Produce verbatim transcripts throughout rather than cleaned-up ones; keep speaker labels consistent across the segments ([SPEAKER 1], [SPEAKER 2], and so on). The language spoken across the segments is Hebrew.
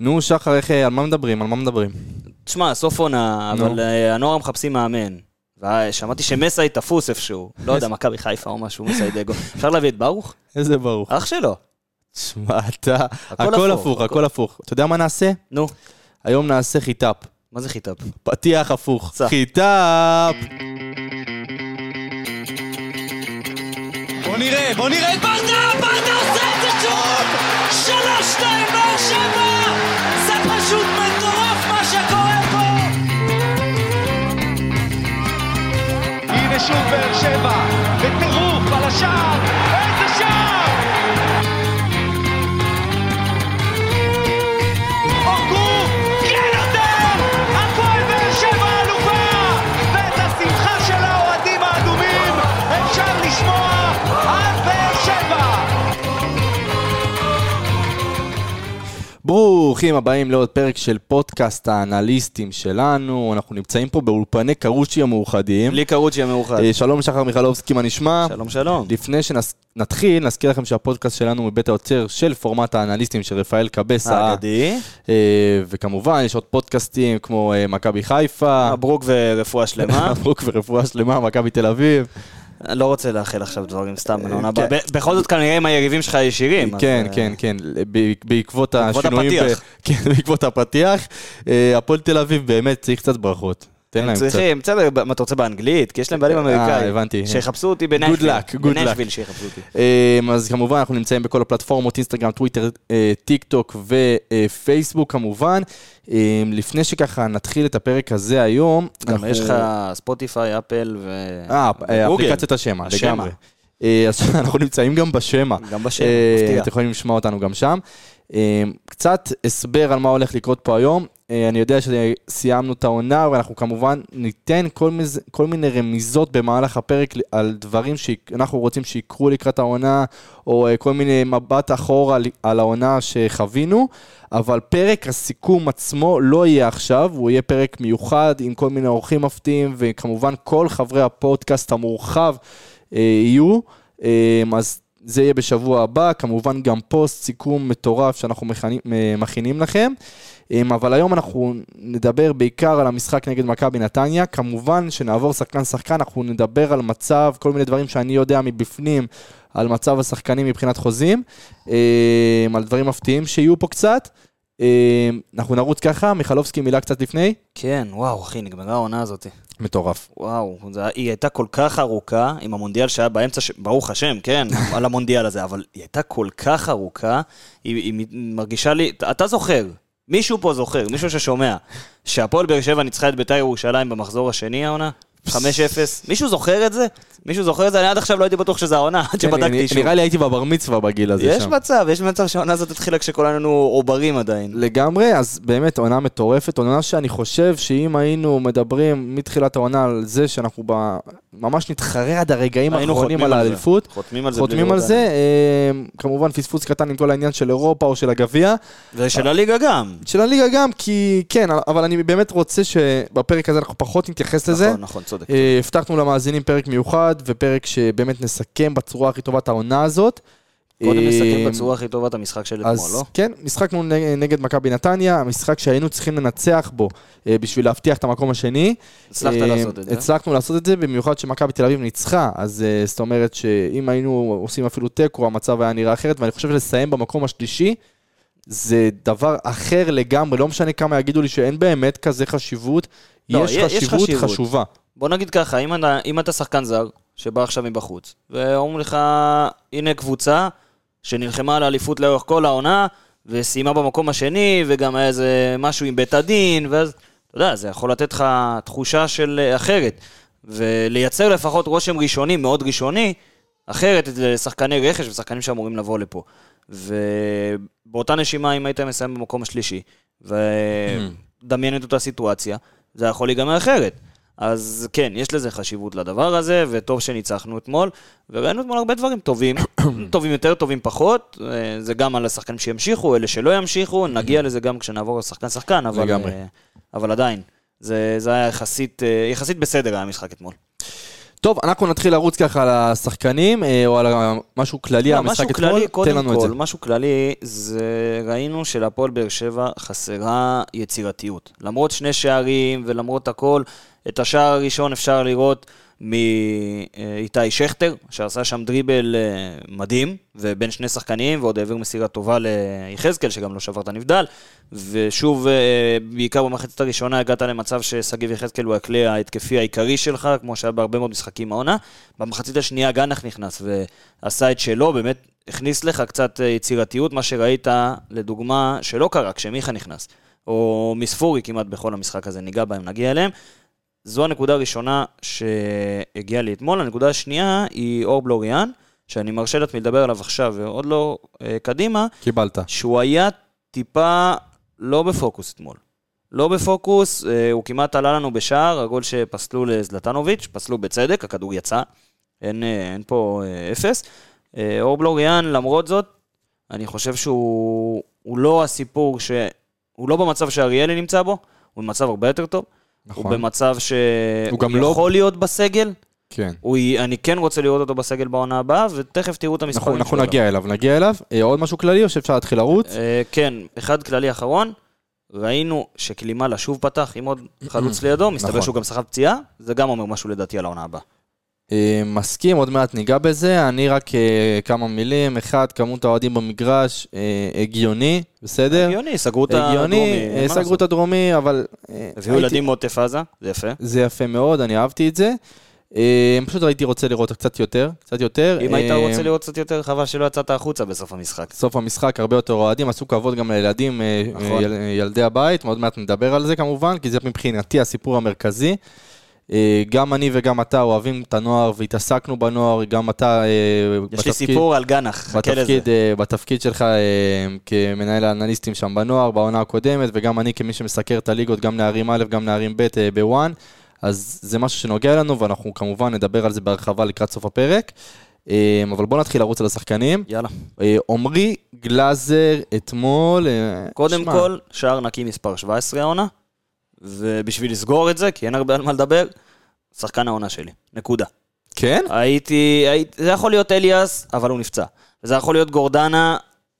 [SPEAKER 1] נו, שחר, איך, על מה מדברים? על מה מדברים?
[SPEAKER 2] תשמע, סוף עונה, אבל הנוער מחפשים מאמן. ושמעתי שמסאי תפוס איפשהו. לא יודע, מכבי חיפה או משהו, מסאי דגו. אפשר להביא את ברוך?
[SPEAKER 1] איזה ברוך?
[SPEAKER 2] אח שלו.
[SPEAKER 1] תשמע, אתה... הכל הפוך, הכל הפוך. אתה יודע מה נעשה?
[SPEAKER 2] נו.
[SPEAKER 1] היום נעשה חיטאפ.
[SPEAKER 2] מה זה חיטאפ?
[SPEAKER 1] פתיח הפוך. חיטאפ!
[SPEAKER 3] בוא נראה, בוא נראה את ברדה! ברדה עושה את זה שוב! שלוש, שתיים, באר שבע! זה פשוט מטורף מה שקורה פה! הנה שוב באר שבע, בטירוף על השער! איזה שער! אורגו! כן יותר! הפועל באר שבע אלופה! ואת השמחה של האוהדים האדומים אפשר לשמוע על באר שבע!
[SPEAKER 1] ברוכים הבאים לעוד פרק של פודקאסט האנליסטים שלנו. אנחנו נמצאים פה באולפני קרוצ'י המאוחדים.
[SPEAKER 2] לי קרוצ'י המאוחד.
[SPEAKER 1] שלום שחר מיכלובסקי, מה נשמע?
[SPEAKER 2] שלום שלום.
[SPEAKER 1] לפני שנתחיל, נזכיר לכם שהפודקאסט שלנו מבית היוצר של פורמט האנליסטים של רפאל קבסה.
[SPEAKER 2] האגדי.
[SPEAKER 1] וכמובן יש עוד פודקאסטים כמו מכבי חיפה.
[SPEAKER 2] מברוק ורפואה שלמה.
[SPEAKER 1] מברוק ורפואה שלמה, מכבי תל אביב.
[SPEAKER 2] לא רוצה לאחל עכשיו דברים סתם. בכל זאת כנראה עם היריבים שלך ישירים.
[SPEAKER 1] כן, כן, כן. בעקבות השינויים... כן, בעקבות הפתיח. הפועל תל אביב באמת צריך קצת ברכות. תן להם קצת.
[SPEAKER 2] צריכים, בסדר, מה אתה רוצה באנגלית? כי יש להם בעלים אמריקאים.
[SPEAKER 1] אה, הבנתי.
[SPEAKER 2] שיחפשו אותי בנשוויל.
[SPEAKER 1] Good luck, good luck.
[SPEAKER 2] בנשוויל שיחפשו אותי.
[SPEAKER 1] אז כמובן אנחנו נמצאים בכל הפלטפורמות, אינסטגרם, טוויטר, טיק טוק ופייסבוק כמובן. לפני שככה נתחיל את הפרק הזה היום.
[SPEAKER 2] גם יש לך ספוטיפיי, אפל ו...
[SPEAKER 1] אה, אפליקציית השמה, לגמרי. אז אנחנו נמצאים גם בשמה.
[SPEAKER 2] גם בשמה, מפתיע.
[SPEAKER 1] אתם יכולים לשמוע אותנו גם שם. קצת הסבר על מה הולך לקרות פה היום. אני יודע שסיימנו את העונה, ואנחנו כמובן ניתן כל, מז... כל מיני רמיזות במהלך הפרק על דברים שאנחנו רוצים שיקרו לקראת העונה, או כל מיני מבט אחורה על העונה שחווינו, אבל פרק הסיכום עצמו לא יהיה עכשיו, הוא יהיה פרק מיוחד עם כל מיני אורחים מפתיעים, וכמובן כל חברי הפודקאסט המורחב אה, יהיו, אה, אז זה יהיה בשבוע הבא, כמובן גם פוסט סיכום מטורף שאנחנו מכנים, מכינים לכם, אבל היום אנחנו נדבר בעיקר על המשחק נגד מכבי נתניה, כמובן שנעבור שחקן שחקן, אנחנו נדבר על מצב, כל מיני דברים שאני יודע מבפנים, על מצב השחקנים מבחינת חוזים, על דברים מפתיעים שיהיו פה קצת, אנחנו נרוץ ככה, מיכלובסקי מילה קצת לפני.
[SPEAKER 2] כן, וואו אחי, נגמרה העונה הזאת.
[SPEAKER 1] מטורף.
[SPEAKER 2] וואו, זה, היא הייתה כל כך ארוכה, עם המונדיאל שהיה באמצע, ש... ברוך השם, כן, על המונדיאל הזה, אבל היא הייתה כל כך ארוכה, היא, היא מרגישה לי, אתה זוכר, מישהו פה זוכר, מישהו ששומע, שהפועל באר שבע ניצחה את בית"ר ירושלים במחזור השני העונה? חמש אפס. מישהו זוכר את זה? מישהו זוכר את זה? אני עד עכשיו לא הייתי בטוח שזה העונה, עד שבדקתי שוב.
[SPEAKER 1] נראה לי הייתי בבר מצווה בגיל הזה שם.
[SPEAKER 2] יש מצב, יש מצב שהעונה הזאת התחילה כשכולנו עוברים עדיין.
[SPEAKER 1] לגמרי, אז באמת עונה מטורפת, עונה שאני חושב שאם היינו מדברים מתחילת העונה על זה שאנחנו ממש נתחרה עד הרגעים האחרונים על האליפות, חותמים על זה, כמובן פספוס קטן עם כל העניין של אירופה או של הגביע.
[SPEAKER 2] ושל הליגה גם.
[SPEAKER 1] של הליגה גם, כי כן, אבל אני באמת רוצה שבפרק הזה אנחנו פחות נתייחס לזה.
[SPEAKER 2] נכון, נכון, צודק.
[SPEAKER 1] הבטחנו למאזינים פרק מיוחד, ופרק שבאמת נסכם בצורה הכי טובה את העונה הזאת.
[SPEAKER 2] קודם נסכם בצורה הכי טובה את המשחק של אתמול, לא?
[SPEAKER 1] כן, משחקנו נגד מכבי נתניה, המשחק שהיינו צריכים לנצח בו, בשביל להבטיח את המקום השני.
[SPEAKER 2] הצלחת לעשות את זה.
[SPEAKER 1] הצלחנו לעשות את זה, במיוחד שמכבי תל אביב ניצחה, אז זאת אומרת שאם היינו עושים אפילו תיקו, המצב היה נראה אחרת, ואני חושב שלסיים במקום השלישי, זה דבר אחר לגמרי, לא משנה כמה יגידו לי שאין באמת כזה חשיבות, יש חשיבות חשובה.
[SPEAKER 2] בוא נגיד ככה, אם אתה, אם אתה שחקן זר, שבא עכשיו מבחוץ, ואומרים לך, הנה קבוצה, שנלחמה על האליפות לאורך כל העונה, וסיימה במקום השני, וגם היה איזה משהו עם בית הדין, ואז, אתה יודע, זה יכול לתת לך תחושה של אחרת, ולייצר לפחות רושם ראשוני, מאוד ראשוני, אחרת לשחקני רכש, ושחקנים שאמורים לבוא לפה. ובאותה נשימה, אם היית מסיים במקום השלישי, ודמיין את אותה סיטואציה, זה יכול להיגמר אחרת. אז כן, יש לזה חשיבות לדבר הזה, וטוב שניצחנו אתמול, וראינו אתמול הרבה דברים טובים, טובים יותר, טובים פחות, זה גם על השחקנים שימשיכו, אלה שלא ימשיכו, נגיע לזה גם כשנעבור לשחקן-שחקן, אבל, אבל עדיין, זה, זה היה יחסית, יחסית בסדר היה המשחק אתמול.
[SPEAKER 1] טוב, אנחנו נתחיל לרוץ ככה על השחקנים, או על משהו כללי, המשחק אתמול, תן לנו את זה.
[SPEAKER 2] משהו כללי, זה ראינו שלהפועל באר שבע חסרה יצירתיות. למרות שני שערים ולמרות הכל, את השער הראשון אפשר לראות מאיתי שכטר, שעשה שם דריבל מדהים, ובין שני שחקנים, ועוד העביר מסירה טובה ליחזקאל, שגם לא שבר את הנבדל, ושוב, בעיקר במחצית הראשונה, הגעת למצב שסגיב יחזקאל הוא הכלי ההתקפי העיקרי שלך, כמו שהיה בהרבה מאוד משחקים העונה. במחצית השנייה גנח נכנס, ועשה את שלו, באמת הכניס לך קצת יצירתיות, מה שראית, לדוגמה, שלא קרה, כשמיכה נכנס, או מספורי כמעט בכל המשחק הזה, ניגע בהם, נגיע אליהם. זו הנקודה הראשונה שהגיעה לי אתמול. הנקודה השנייה היא אור בלוריאן, שאני מרשה לעצמי לדבר עליו עכשיו, ועוד לא אה, קדימה.
[SPEAKER 1] קיבלת.
[SPEAKER 2] שהוא היה טיפה לא בפוקוס אתמול. לא בפוקוס, אה, הוא כמעט עלה לנו בשער, הגול שפסלו לזלטנוביץ', פסלו בצדק, הכדור יצא, אין, אה, אין פה אה, אפס. אה, אור בלוריאן, למרות זאת, אני חושב שהוא הוא לא הסיפור, ש... הוא לא במצב שאריאלי נמצא בו, הוא במצב הרבה יותר טוב. נכון. הוא במצב שהוא יכול לא... להיות בסגל.
[SPEAKER 1] כן.
[SPEAKER 2] הוא... אני כן רוצה לראות אותו בסגל בעונה הבאה, ותכף תראו את המספרים.
[SPEAKER 1] אנחנו נגיע אליו, נגיע אליו. עוד משהו כללי או שאפשר להתחיל לרוץ?
[SPEAKER 2] כן, אחד כללי אחרון. ראינו שקלימה שוב פתח עם עוד חלוץ לידו, מסתבר שהוא גם שחק פציעה, זה גם אומר משהו לדעתי על העונה הבאה.
[SPEAKER 1] מסכים, עוד מעט ניגע בזה, אני רק כמה מילים, אחד, כמות האוהדים במגרש, הגיוני, בסדר?
[SPEAKER 2] הגיוני, סגרו את הדרומי.
[SPEAKER 1] סגרו את הדרומי, אבל...
[SPEAKER 2] הביאו ילדים מעוטף עזה, זה יפה.
[SPEAKER 1] זה יפה מאוד, אני אהבתי את זה. פשוט הייתי רוצה לראות קצת יותר, קצת יותר.
[SPEAKER 2] אם היית רוצה לראות קצת יותר, חבל שלא יצאת החוצה בסוף המשחק.
[SPEAKER 1] סוף המשחק, הרבה יותר אוהדים, עשו כבוד גם לילדים, ילדי הבית, מאוד מעט נדבר על זה כמובן, כי זה מבחינתי הסיפור המרכזי. גם אני וגם אתה אוהבים את הנוער והתעסקנו בנוער, גם אתה
[SPEAKER 2] יש לי סיפור על גנח, חכה לזה.
[SPEAKER 1] בתפקיד שלך כמנהל האנליסטים שם בנוער, בעונה הקודמת, וגם אני כמי שמסקר את הליגות, גם נערים א', גם נערים ב' בוואן, אז זה משהו שנוגע לנו, ואנחנו כמובן נדבר על זה בהרחבה לקראת סוף הפרק, אבל בואו נתחיל לרוץ על השחקנים.
[SPEAKER 2] יאללה.
[SPEAKER 1] עומרי גלאזר אתמול.
[SPEAKER 2] קודם כל, שער נקי מספר שבע עשרה העונה, ובשביל לסגור את זה, כי אין הרבה על מה לדבר, שחקן העונה שלי, נקודה.
[SPEAKER 1] כן?
[SPEAKER 2] הייתי, הייתי, זה יכול להיות אליאס, אבל הוא נפצע. וזה יכול להיות גורדנה,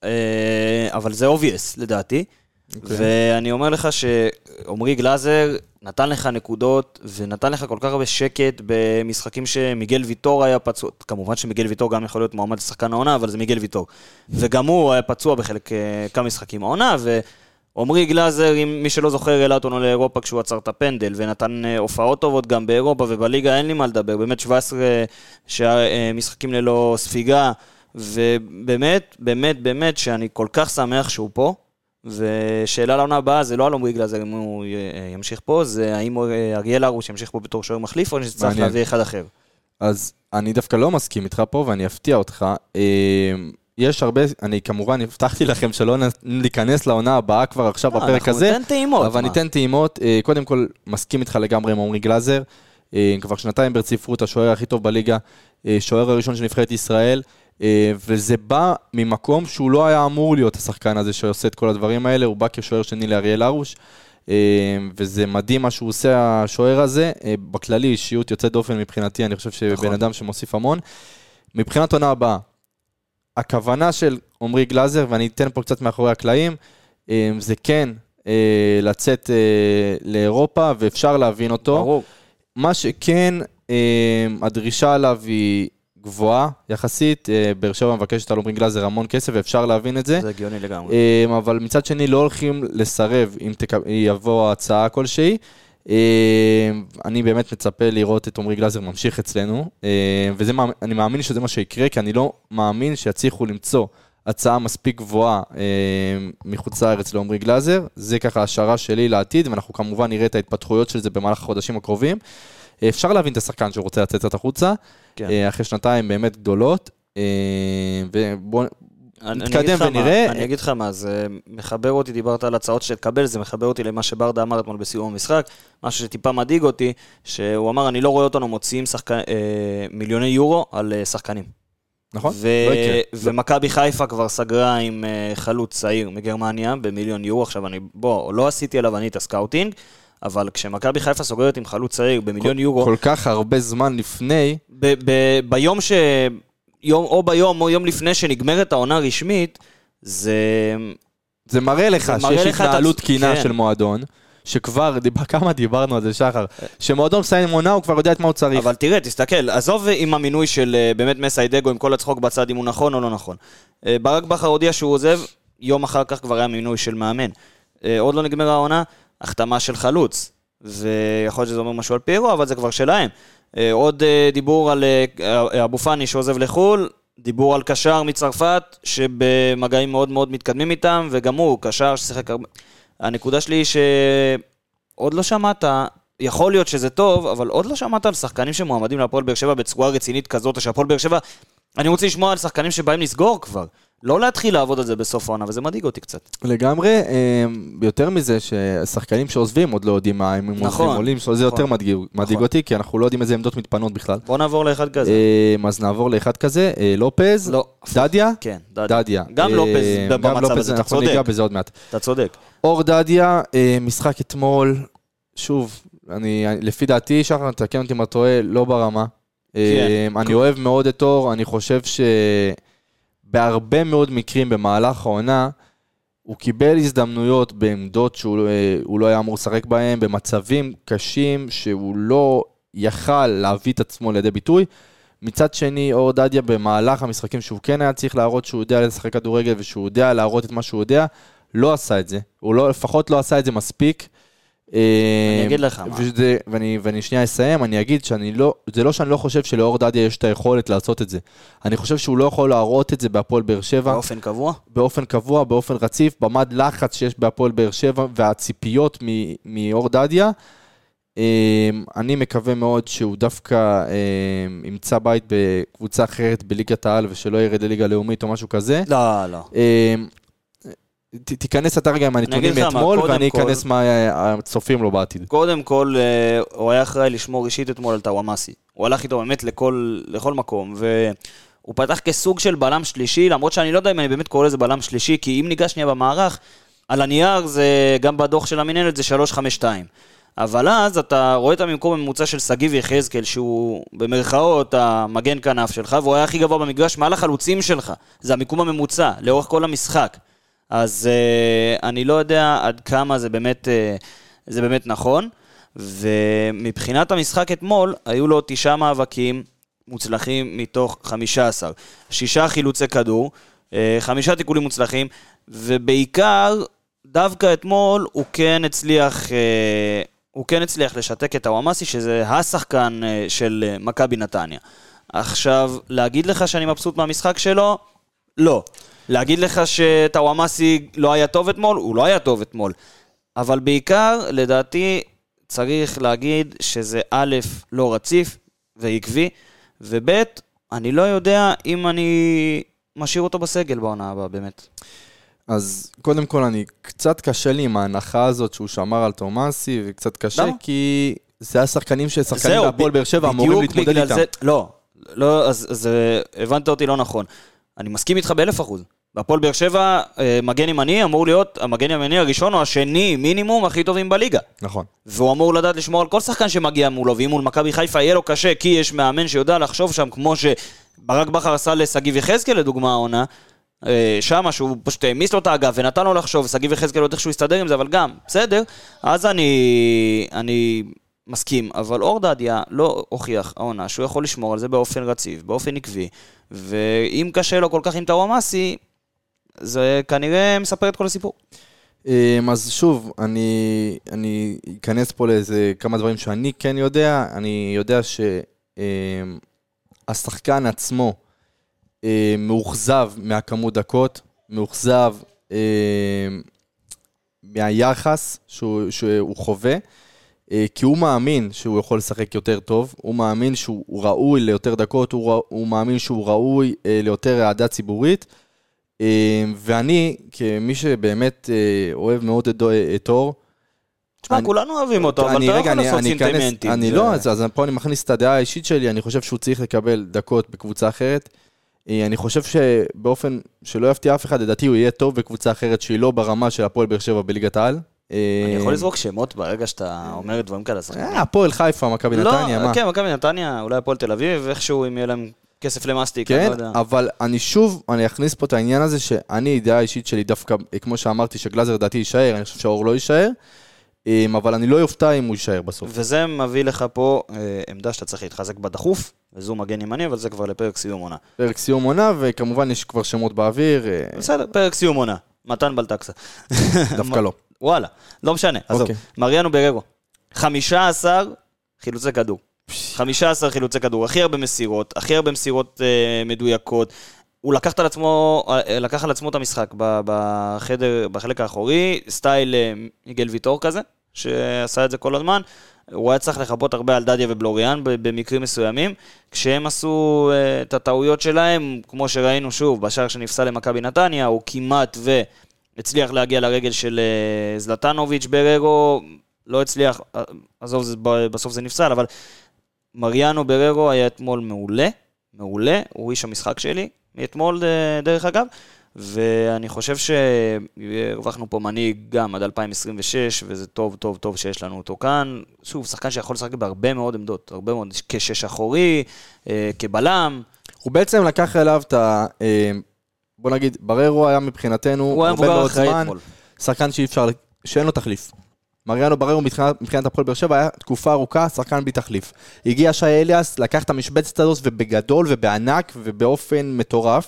[SPEAKER 2] אבל זה obvious, לדעתי. Okay. ואני אומר לך שעומרי גלאזר נתן לך נקודות, ונתן לך כל כך הרבה שקט במשחקים שמיגל ויטור היה פצוע. כמובן שמיגל ויטור גם יכול להיות מועמד לשחקן העונה, אבל זה מיגל ויטור. וגם הוא היה פצוע בחלק כמה משחקים העונה, ו... עומרי גלאזר, מי שלא זוכר, העלה אותנו לאירופה כשהוא עצר את הפנדל, ונתן הופעות טובות גם באירופה, ובליגה אין לי מה לדבר, באמת שבע עשרה משחקים ללא ספיגה, ובאמת, באמת, באמת, שאני כל כך שמח שהוא פה, ושאלה לעונה הבאה, זה לא על עומרי גלאזר, אם הוא ימשיך פה, זה האם אריאל הרוש ימשיך פה בתור שוער מחליף, או שצריך להביא אחד אחר.
[SPEAKER 1] אז אני דווקא לא מסכים איתך פה, ואני אפתיע אותך, יש הרבה, אני כמובן הבטחתי לכם שלא ניכנס לעונה הבאה כבר עכשיו בפרק הזה.
[SPEAKER 2] אנחנו ניתן טעימות.
[SPEAKER 1] אבל ניתן טעימות. קודם כל, מסכים איתך לגמרי עם עומרי גלאזר. כבר שנתיים ברציפות, השוער הכי טוב בליגה, שוער הראשון של נבחרת ישראל, וזה בא ממקום שהוא לא היה אמור להיות השחקן הזה שעושה את כל הדברים האלה, הוא בא כשוער שני לאריאל הרוש, וזה מדהים מה שהוא עושה, השוער הזה. בכללי, אישיות יוצאת דופן מבחינתי, אני חושב שבן אדם שמוסיף המון. מבחינת עונה הבאה, הכוונה של עומרי גלאזר, ואני אתן פה קצת מאחורי הקלעים, זה כן לצאת לאירופה, ואפשר להבין אותו.
[SPEAKER 2] ברור.
[SPEAKER 1] מה שכן, הדרישה עליו היא גבוהה יחסית, באר שבע מבקשת על עומרי גלאזר המון כסף, ואפשר להבין את זה.
[SPEAKER 2] זה הגיוני לגמרי.
[SPEAKER 1] אבל מצד שני לא הולכים לסרב אם יבוא הצעה כלשהי. אני באמת מצפה לראות את עומרי גלאזר ממשיך אצלנו, ואני מאמין שזה מה שיקרה, כי אני לא מאמין שיצליחו למצוא הצעה מספיק גבוהה מחוץ לארץ לעומרי גלאזר. זה ככה השערה שלי לעתיד, ואנחנו כמובן נראה את ההתפתחויות של זה במהלך החודשים הקרובים. אפשר להבין את השחקן שרוצה לצאת את החוצה, אחרי שנתיים באמת גדולות, ובואו נתקדם ונראה.
[SPEAKER 2] אני אגיד לך מה, זה מחבר אותי, דיברת על הצעות שתקבל, זה מחבר אותי למה שברדה אמר אתמול בסיום המשחק, משהו שטיפה מדאיג אותי, שהוא אמר, אני לא רואה אותנו מוציאים מיליוני יורו על שחקנים.
[SPEAKER 1] נכון?
[SPEAKER 2] ומכבי חיפה כבר סגרה עם חלוץ צעיר מגרמניה במיליון יורו, עכשיו אני, בוא, לא עשיתי עליו אני את הסקאוטינג, אבל כשמכבי חיפה סוגרת עם חלוץ צעיר במיליון יורו,
[SPEAKER 1] כל כך הרבה זמן לפני,
[SPEAKER 2] ב- ב- ביום ש... יום, או ביום או יום לפני שנגמרת העונה רשמית, זה...
[SPEAKER 1] זה מראה לך
[SPEAKER 2] זה מראה
[SPEAKER 1] שיש
[SPEAKER 2] לך
[SPEAKER 1] התנהלות
[SPEAKER 2] את-
[SPEAKER 1] תקינה
[SPEAKER 2] כן.
[SPEAKER 1] של מועדון, שכבר, דיבר, כמה דיברנו על זה שחר, שמועדון מסיים עונה הוא כבר יודע את מה הוא צריך.
[SPEAKER 2] אבל תראה, תסתכל, עזוב עם המינוי של אה, באמת מסיידגו, עם כל הצחוק בצד, אם הוא נכון או לא נכון. אה, ברק בכר הודיע שהוא עוזב, יום אחר כך כבר היה מינוי של מאמן. אה, עוד לא נגמרה העונה, החתמה של חלוץ. ויכול להיות שזה אומר משהו על פיירו, אבל זה כבר שלהם. אה, עוד אה, דיבור על אה, אבו פאני שעוזב לחול, דיבור על קשר מצרפת, שבמגעים מאוד מאוד מתקדמים איתם, וגם הוא, קשר ששיחק הרבה... הנקודה שלי היא שעוד לא שמעת, יכול להיות שזה טוב, אבל עוד לא שמעת על שחקנים שמועמדים להפועל באר שבע בצורה רצינית כזאת, שהפועל באר שבע, אני רוצה לשמוע על שחקנים שבאים לסגור כבר, לא להתחיל לעבוד על זה בסוף העונה, וזה מדאיג אותי קצת.
[SPEAKER 1] לגמרי, יותר מזה ששחקנים שעוזבים עוד לא יודעים מה הם עוזבים
[SPEAKER 2] נכון,
[SPEAKER 1] עולים, זה
[SPEAKER 2] נכון.
[SPEAKER 1] יותר מדאיג מדאיג אותי, כי אנחנו לא יודעים איזה עמדות מתפנות בכלל.
[SPEAKER 2] בוא נעבור לאחד כזה.
[SPEAKER 1] אז נעבור לאחד כזה, לופז,
[SPEAKER 2] לא.
[SPEAKER 1] דדיה,
[SPEAKER 2] כן, דדיה.
[SPEAKER 1] דדיה.
[SPEAKER 2] גם
[SPEAKER 1] אה,
[SPEAKER 2] לופז
[SPEAKER 1] גם
[SPEAKER 2] במצב
[SPEAKER 1] לופז,
[SPEAKER 2] הזה, אתה
[SPEAKER 1] אנחנו
[SPEAKER 2] צודק.
[SPEAKER 1] ניגע בזה עוד מעט.
[SPEAKER 2] אתה צודק.
[SPEAKER 1] אור דדיה, אה, משחק אתמול, שוב, אני, לפי דעתי, שחר, תקן אותי אם אתה טועה, לא ברמה. אה, אני אוהב מאוד את אור, אני חושב שבהרבה מאוד מקרים במהלך העונה, הוא קיבל הזדמנויות בעמדות שהוא אה, הוא לא היה אמור לשחק בהם, במצבים קשים שהוא לא יכל להביא את עצמו לידי ביטוי. מצד שני, אור דדיה במהלך המשחקים שהוא כן היה צריך להראות שהוא יודע לשחק כדורגל ושהוא יודע להראות את מה שהוא יודע, לא עשה את זה. הוא לא, לפחות לא עשה את זה מספיק.
[SPEAKER 2] אני אגיד לך מה.
[SPEAKER 1] וזה, ואני, ואני שנייה אסיים, אני אגיד שאני לא, זה לא שאני לא חושב שלאור דדיה יש את היכולת לעשות את זה. אני חושב שהוא לא יכול להראות את זה בהפועל באר שבע.
[SPEAKER 2] באופן קבוע?
[SPEAKER 1] באופן קבוע, באופן רציף, במד לחץ שיש בהפועל באר שבע, והציפיות מאור דדיה. אני מקווה מאוד שהוא דווקא ימצא בית בקבוצה אחרת בליגת העל, ושלא ירד לליגה לאומית או משהו כזה.
[SPEAKER 2] לא, לא.
[SPEAKER 1] תיכנס אתה רגע עם הנתונים מאתמול, ואני אכנס מה הצופים לו בעתיד.
[SPEAKER 2] קודם כל, הוא היה אחראי לשמור אישית אתמול על טאוואמאסי. הוא הלך איתו באמת לכל, לכל מקום, והוא פתח כסוג של בלם שלישי, למרות שאני לא יודע אם אני באמת קורא לזה בלם שלישי, כי אם ניגש שנייה במערך, על הנייר זה, גם בדוח של המנהלת זה שלוש חמש שתיים. אבל אז אתה רואה את המקום הממוצע של סגיב יחזקאל, שהוא במרכאות המגן כנף שלך, והוא היה הכי גבוה במגרש מעל החלוצים שלך. זה המיקום הממוצע, לאורך כל המשחק. אז uh, אני לא יודע עד כמה זה באמת, uh, זה באמת נכון, ומבחינת המשחק אתמול, היו לו תשעה מאבקים מוצלחים מתוך חמישה עשר, שישה חילוצי כדור, uh, חמישה תיקולים מוצלחים, ובעיקר, דווקא אתמול, הוא כן הצליח, uh, הוא כן הצליח לשתק את הוואמאסי, שזה השחקן uh, של uh, מכבי נתניה. עכשיו, להגיד לך שאני מבסוט מהמשחק שלו? לא. להגיד לך שטאוואמאסי לא היה טוב אתמול? הוא לא היה טוב אתמול. אבל בעיקר, לדעתי, צריך להגיד שזה א', לא רציף ועקבי, וב', אני לא יודע אם אני משאיר אותו בסגל בעונה הבאה, באמת.
[SPEAKER 1] אז קודם כל, אני קצת קשה לי עם ההנחה הזאת שהוא שמר על טאוואמאסי, וקצת קשה,
[SPEAKER 2] למה?
[SPEAKER 1] כי זה השחקנים ששחקנים בהפועל באר שבע אמורים להתמודד איתם.
[SPEAKER 2] זה, לא, לא, אז, אז הבנת אותי לא נכון. אני מסכים איתך באלף אחוז. בהפועל באר שבע, מגן ימני אמור להיות המגן ימני הראשון או השני מינימום הכי טובים בליגה. נכון. והוא אמור לדעת לשמור על כל שחקן שמגיע מולו, ואם מול מכבי חיפה יהיה לו קשה, כי יש מאמן שיודע לחשוב שם, כמו שברק בכר עשה לסגיב יחזקאל לדוגמה העונה, שמה שהוא פשוט העמיס לו את האגף ונתן לו לחשוב, סגיב יחזקאל עוד איך שהוא יסתדר עם זה, אבל גם, בסדר, אז אני, אני מסכים, אבל אור דדיה לא הוכיח העונה שהוא יכול לשמור על זה באופן רציף, באופן עקבי, ואם קשה לו כל כך עם טאוואמאסי, זה כנראה מספר את כל הסיפור.
[SPEAKER 1] אז שוב, אני, אני אכנס פה לאיזה כמה דברים שאני כן יודע. אני יודע שהשחקן עצמו מאוכזב מהכמות דקות, מאוכזב מהיחס שהוא, שהוא חווה, כי הוא מאמין שהוא יכול לשחק יותר טוב, הוא מאמין שהוא ראוי ליותר דקות, הוא, הוא מאמין שהוא ראוי ליותר העדה ציבורית, ואני, כמי שבאמת אוהב מאוד את אור,
[SPEAKER 2] תשמע, כולנו אוהבים אותו, אבל אתה לא יכול לעשות סינטימנטים.
[SPEAKER 1] אני לא, אז פה אני מכניס את הדעה האישית שלי, אני חושב שהוא צריך לקבל דקות בקבוצה אחרת, אני חושב שבאופן שלא יפתיע אף אחד, לדעתי הוא יהיה טוב בקבוצה אחרת שהיא לא ברמה של הפועל באר שבע בליגת העל,
[SPEAKER 2] אני יכול לזרוק שמות ברגע שאתה אומר דברים כאלה.
[SPEAKER 1] הפועל חיפה, מכבי נתניה, מה?
[SPEAKER 2] כן, מכבי נתניה, אולי הפועל תל אביב, איכשהו אם יהיה להם כסף למאסטיק,
[SPEAKER 1] כן, אבל אני שוב, אני אכניס פה את העניין הזה, שאני, דעה אישית שלי דווקא, כמו שאמרתי, שגלאזר דעתי יישאר, אני חושב שהאור לא יישאר, אבל אני לא יופתע אם הוא יישאר בסוף.
[SPEAKER 2] וזה מביא לך פה עמדה שאתה צריך להתחזק בדחוף, וזו מגן ימני, אבל זה כבר לפרק סיום עונה.
[SPEAKER 1] פרק סיום עונה, וכמובן יש כבר שמות באוויר.
[SPEAKER 2] בסדר, פרק סיום עונה. מתן בלטקסה.
[SPEAKER 1] דווקא לא.
[SPEAKER 2] וואלה, לא משנה. עזוב, מריאנו בררו. חמישה עשר חילוצי כדור. חמישה עשר חילוצי כדור. הכי הרבה מסירות, הכי הרבה מסירות מדויקות. הוא לקח על עצמו, לקח על עצמו את המשחק בחדר, בחלק האחורי, סטייל מיגל ויטור כזה, שעשה את זה כל הזמן. הוא היה צריך לחפות הרבה על דדיה ובלוריאן במקרים מסוימים, כשהם עשו את הטעויות שלהם, כמו שראינו שוב, בשער שנפסל למכבי נתניה, הוא כמעט והצליח להגיע לרגל של זלטנוביץ' בררו, לא הצליח, עזוב, בסוף זה נפסל, אבל מריאנו בררו היה אתמול מעולה, מעולה, הוא איש המשחק שלי, מאתמול דרך אגב, ואני חושב שהרווחנו פה מנהיג גם עד אלפיים עשרים ושש, וזה טוב, טוב, טוב שיש לנו אותו כאן. שוב, שחקן שיכול לשחק בהרבה מאוד עמדות, הרבה מאוד, כשש אחורי, כבלם.
[SPEAKER 1] הוא בעצם לקח אליו את ה... בוא נגיד, בררו היה מבחינתנו הרבה מאוד זמן, שחקן שאי אפשר, שאין לו תחליף. מריאנו בררו מבחינת הפועל באר שבע היה תקופה ארוכה, שחקן בלי תחליף. הגיע שי אליאס, לקח את המשבצת הזאת ובגדול ובענק ובאופן מטורף,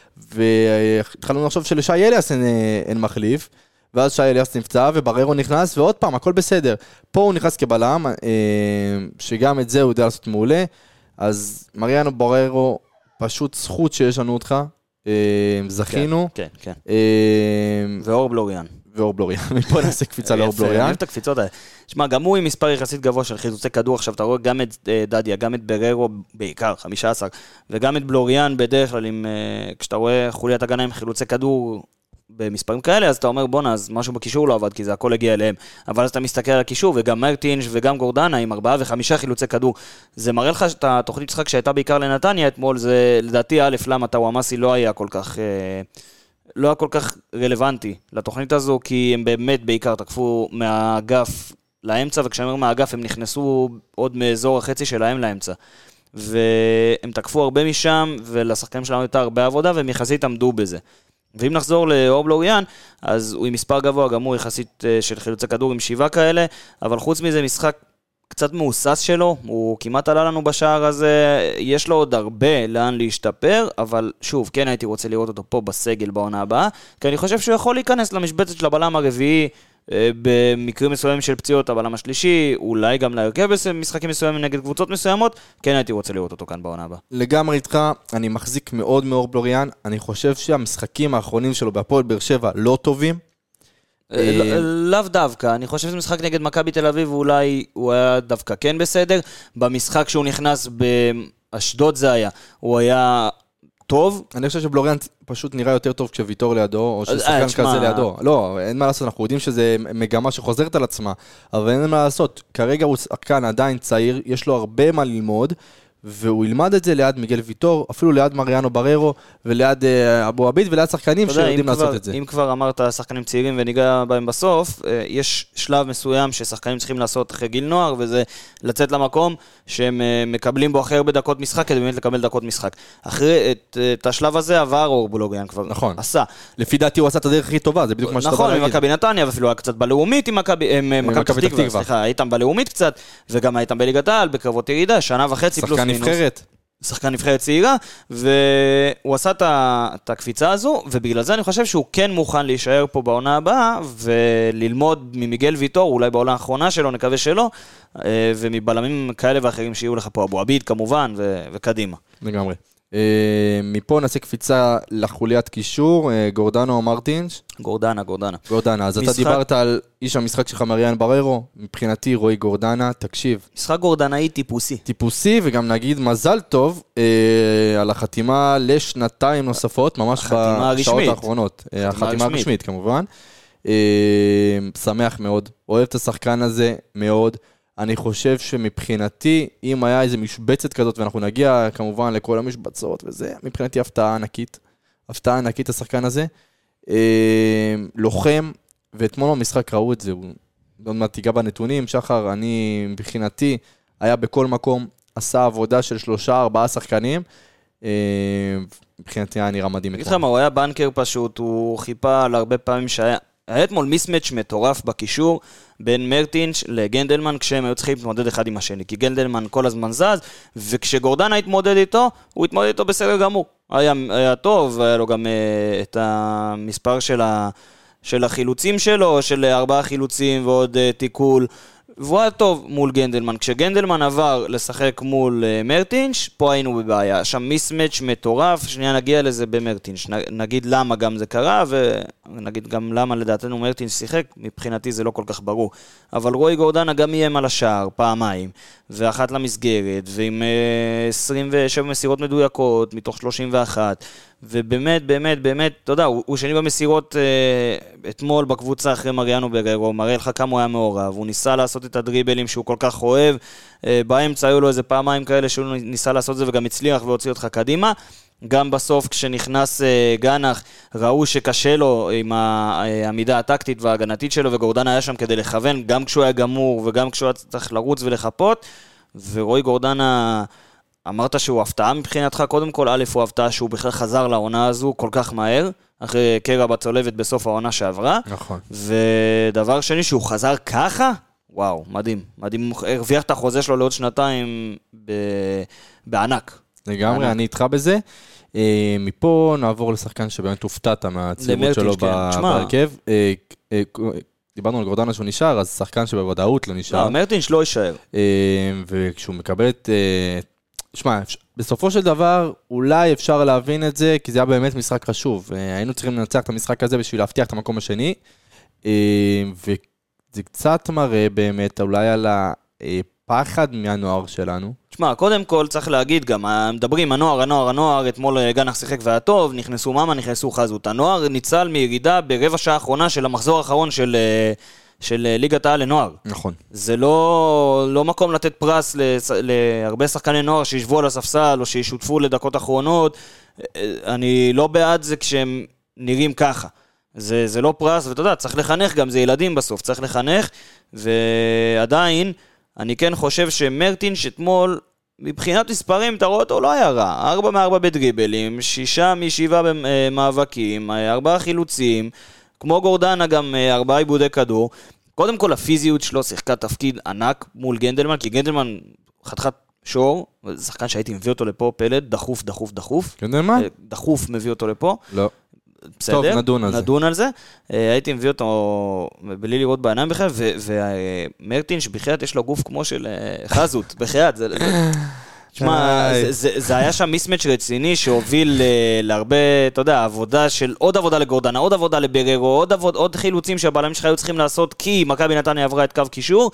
[SPEAKER 1] והתחלנו לחשוב שלשי אליאס אין, אין מחליף, ואז שי אליאס נפצע ובררו נכנס, ועוד פעם, הכל בסדר. פה הוא נכנס כבלם, שגם את זה הוא יודע לעשות מעולה, אז מריאנו בררו, פשוט זכות שיש לנו אותך, זכינו.
[SPEAKER 2] כן, כן, כן. ואור בלוריאן.
[SPEAKER 1] ואור בלוריאן, מפה נעשה קפיצה לאור בלוריאן. אני
[SPEAKER 2] אוהב את הקפיצות האלה. שמע, גם הוא עם מספר יחסית גבוה של חיזוצי כדור, עכשיו אתה רואה גם את דדיה, גם את בררו בעיקר, חמישה עשר, וגם את בלוריאן בדרך כלל, כשאתה רואה חוליית הגנה עם חילוצי כדור במספרים כאלה, אז אתה אומר בונה, אז משהו בקישור לא עבד, כי זה הכל הגיע אליהם, אבל אז אתה מסתכל על הקישור, וגם מרטינש וגם גורדנה עם ארבעה וחמישה חילוצי כדור, זה מראה לך את התוכנית משחק שהייתה בעיקר לנתניה אתמול, זה לדעתי א' למה טאוואמאסי לא היה כל כך לא היה כל כך רלוונטי לתוכנית הזו, כי הם באמת בעיקר תקפו מהאגף לאמצע, וכשאני אומר מהאגף הם נכנסו עוד מאזור החצי שלהם לאמצע, והם תקפו הרבה משם, ולשחקנים שלנו הייתה הרבה עבודה, והם יחסית עמדו בזה. ואם נחזור לאור בלוריאן, אז הוא עם מספר גבוה, גם הוא יחסית של חילוצי כדור עם שבעה כאלה, אבל חוץ מזה משחק קצת מאוסס שלו, הוא כמעט עלה לנו בשער הזה, יש לו עוד הרבה לאן להשתפר, אבל שוב, כן הייתי רוצה לראות אותו פה בסגל בעונה הבאה, כי אני חושב שהוא יכול להיכנס למשבצת של הבלם הרביעי, במקרים מסוימים של פציעות הבלם השלישי, אולי גם להרכב במשחקים מסוימים נגד קבוצות מסוימות, כן הייתי רוצה לראות אותו כאן בעונה הבאה.
[SPEAKER 1] לגמרי איתך, אני מחזיק מאוד מאור בלוריאן, אני חושב שהמשחקים האחרונים שלו בהפועל באר שבע לא טובים,
[SPEAKER 2] לאו דווקא, אני חושב שזה משחק נגד מכבי תל אביב, ואולי הוא היה דווקא כן בסדר, במשחק שהוא נכנס באשדוד זה היה, הוא היה טוב.
[SPEAKER 1] אני חושב שבלוריאן פשוט נראה יותר טוב כשוויטור לידו, או ששחקן כזה לידו. לא, אין מה לעשות, אנחנו יודעים שזה מגמה שחוזרת על עצמה, אבל אין מה לעשות, כרגע הוא שחקן עדיין צעיר, יש לו הרבה מה ללמוד, והוא ילמד את זה ליד מיגל ויטור, אפילו ליד מריאנו בררו, וליד אבו עביד, וליד שחקנים שיודעים לעשות את זה.
[SPEAKER 2] אם כבר אמרת שחקנים צעירים וניגע בהם בסוף, יש שלב מסוים ששחקנים צריכים לעשות אחרי גיל נוער, וזה לצאת למקום שהם מקבלים בו אחרי הרבה דקות משחק, כדי באמת לקבל דקות משחק. אחרי את, את השלב הזה עבר אור בלוריאן כבר.
[SPEAKER 1] נכון.
[SPEAKER 2] עשה.
[SPEAKER 1] לפי דעתי הוא עשה את הדרך הכי טובה, זה בדיוק מה שאתה בא להגיד.
[SPEAKER 2] נכון, עם מכבי נתניה, ואפילו היה קצת בלאומית עם מכבי פתח תקווה, סליחה, הייתם בלאומית קצת, וגם הייתם בליגת העל, בקרבות ירידה, שנה וחצי פלוס מינוס.
[SPEAKER 1] נבחרת.
[SPEAKER 2] שחקן נבחרת צעירה, והוא עשה את הקפיצה הזו, ובגלל זה אני חושב שהוא כן מוכן להישאר פה בעונה הבאה, וללמוד ממיגל ויטור, אולי בעונה האחרונה שלו, נקווה שלא, ומבלמים כאלה ואחרים שיהיו לך פה, אבו עביד כמובן, וקדימה.
[SPEAKER 1] לגמרי. מפה נעשה קפיצה לחוליית קישור, גורדנה או מרטינש?
[SPEAKER 2] גורדנה, גורדנה.
[SPEAKER 1] גורדנה, אז אתה דיברת על איש המשחק שלך מריאן בררו, מבחינתי רועי גורדנה, תקשיב.
[SPEAKER 2] משחק גורדנאי טיפוסי.
[SPEAKER 1] טיפוסי, וגם נגיד מזל טוב על החתימה לשנתיים נוספות, ממש בשעות האחרונות. החתימה הרשמית כמובן. שמח מאוד, אוהב את השחקן הזה מאוד. אני חושב שמבחינתי, אם היה איזו משבצת כזאת, ואנחנו נגיע כמובן לכל המשבצות וזה, מבחינתי הפתעה ענקית, הפתעה ענקית השחקן הזה, לוחם ואתמול במשחק ראו את זה, הוא עוד מעט תיגע בנתונים, שחר, אני מבחינתי, היה בכל מקום, עשה עבודה של שלושה, ארבעה שחקנים, מבחינתי היה נראה מדהים.
[SPEAKER 2] אגיד לך מה, הוא היה בנקר פשוט, הוא חיפה על הרבה פעמים שהיה, היה אתמול מיסמץ' מטורף בקישור, בין מרטינש לגנדלמן, כשהם היו צריכים להתמודד אחד עם השני, כי גנדלמן כל הזמן זז, וכשגורדנה התמודד איתו, הוא התמודד איתו בסדר גמור. היה, היה טוב, היה לו גם uh, את המספר של, ה, של החילוצים שלו, של ארבעה חילוצים ועוד uh, תיקול, והוא היה טוב מול גנדלמן. כשגנדלמן עבר לשחק מול uh, מרטינש, פה היינו בבעיה. שם מיסמץ' מטורף, שנייה נגיע לזה במרטינש. נגיד למה גם זה קרה, ונגיד גם למה לדעתנו מרטינש שיחק, מבחינתי זה לא כל כך ברור. אבל רועי גורדנה גם איים על השער פעמיים, ואחת למסגרת, ועם uh, עשרים ושבע מסירות מדויקות, מתוך שלושים ואחת, ובאמת, באמת, באמת, אתה יודע, הוא, הוא שני במסירות uh, אתמול בקבוצה אחרי מריאנו בררו, מראה לך כמה הוא היה מעורב, הוא ניסה לעשות את הדריבלים שהוא כל כך אוהב, uh, באמצע היו לו איזה פעמיים כאלה שהוא ניסה לעשות את זה וגם הצליח והוציא אותך קדימה, גם בסוף כשנכנס uh, גנח, ראו שקשה לו עם העמידה הטקטית וההגנתית שלו, וגורדנה היה שם כדי לכוון, גם כשהוא היה גמור וגם כשהוא היה צריך לרוץ ולחפות, ורועי גורדנה... אמרת שהוא הפתעה מבחינתך, קודם כל, א' הוא הפתעה שהוא בכלל חזר לעונה הזו כל כך מהר, אחרי קרע בצולבת בסוף העונה שעברה.
[SPEAKER 1] נכון.
[SPEAKER 2] ודבר שני, שהוא חזר ככה, וואו, מדהים. מדהים, הרוויח את החוזה שלו לעוד שנתיים ב... בענק.
[SPEAKER 1] לגמרי,
[SPEAKER 2] בענק.
[SPEAKER 1] אני איתך בזה. מפה נעבור לשחקן שבאמת הופתעת מהציבות שלו
[SPEAKER 2] כן.
[SPEAKER 1] בהרכב. דיברנו על גורדנה שהוא נשאר, אז שחקן שבוודאות לא נשאר.
[SPEAKER 2] לא, מרטינש לא יישאר.
[SPEAKER 1] וכשהוא מקבל את... שמע, בסופו של דבר, אולי אפשר להבין את זה, כי זה היה באמת משחק חשוב. היינו צריכים לנצח את המשחק הזה בשביל להבטיח את המקום השני, וזה קצת מראה באמת אולי על הפחד מהנוער שלנו.
[SPEAKER 2] שמע, קודם כל צריך להגיד גם, מדברים, הנוער, הנוער, הנוער, אתמול גנח שיחק והיה טוב, נכנסו מאמה, נכנסו חזות. הנוער ניצל מירידה ברבע שעה האחרונה של המחזור האחרון של... של ליגת העל לנוער.
[SPEAKER 1] נכון.
[SPEAKER 2] זה לא, לא מקום לתת פרס להרבה שחקני נוער שישבו על הספסל או שישותפו לדקות אחרונות. אני לא בעד זה כשהם נראים ככה. זה, זה לא פרס, ואתה יודע, צריך לחנך גם, זה ילדים בסוף, צריך לחנך, ועדיין, אני כן חושב שמרטינש אתמול, מבחינת מספרים, אתה רואה אותו לא היה רע. ארבע מארבע בדריבלים, שישה משבעה במאבקים, ארבעה חילוצים, כמו גורדנה גם ארבעה עיבודי כדור. קודם כל הפיזיות שלו שיחקה תפקיד ענק מול גנדלמן, כי גנדלמן חתכת שור, שחקן שהייתי מביא אותו לפה, פלד, דחוף, דחוף, דחוף.
[SPEAKER 1] גנדלמן?
[SPEAKER 2] דחוף מביא אותו לפה.
[SPEAKER 1] לא.
[SPEAKER 2] בסדר?
[SPEAKER 1] טוב, נדון על זה.
[SPEAKER 2] נדון על זה. הייתי מביא אותו בלי לראות בעיניים בכלל, ומרטינש בחייאת יש לו גוף כמו של חזות, בחייאת, זה... תשמע, זה, זה היה שם מיסמץ' רציני שהוביל להרבה, אתה יודע, עבודה של, עוד עבודה לגורדנה, עוד עבודה לבררו, עוד, עבוד, עוד חילוצים שהבעלמים שלך היו צריכים לעשות, כי מכבי נתניה עברה את קו קישור,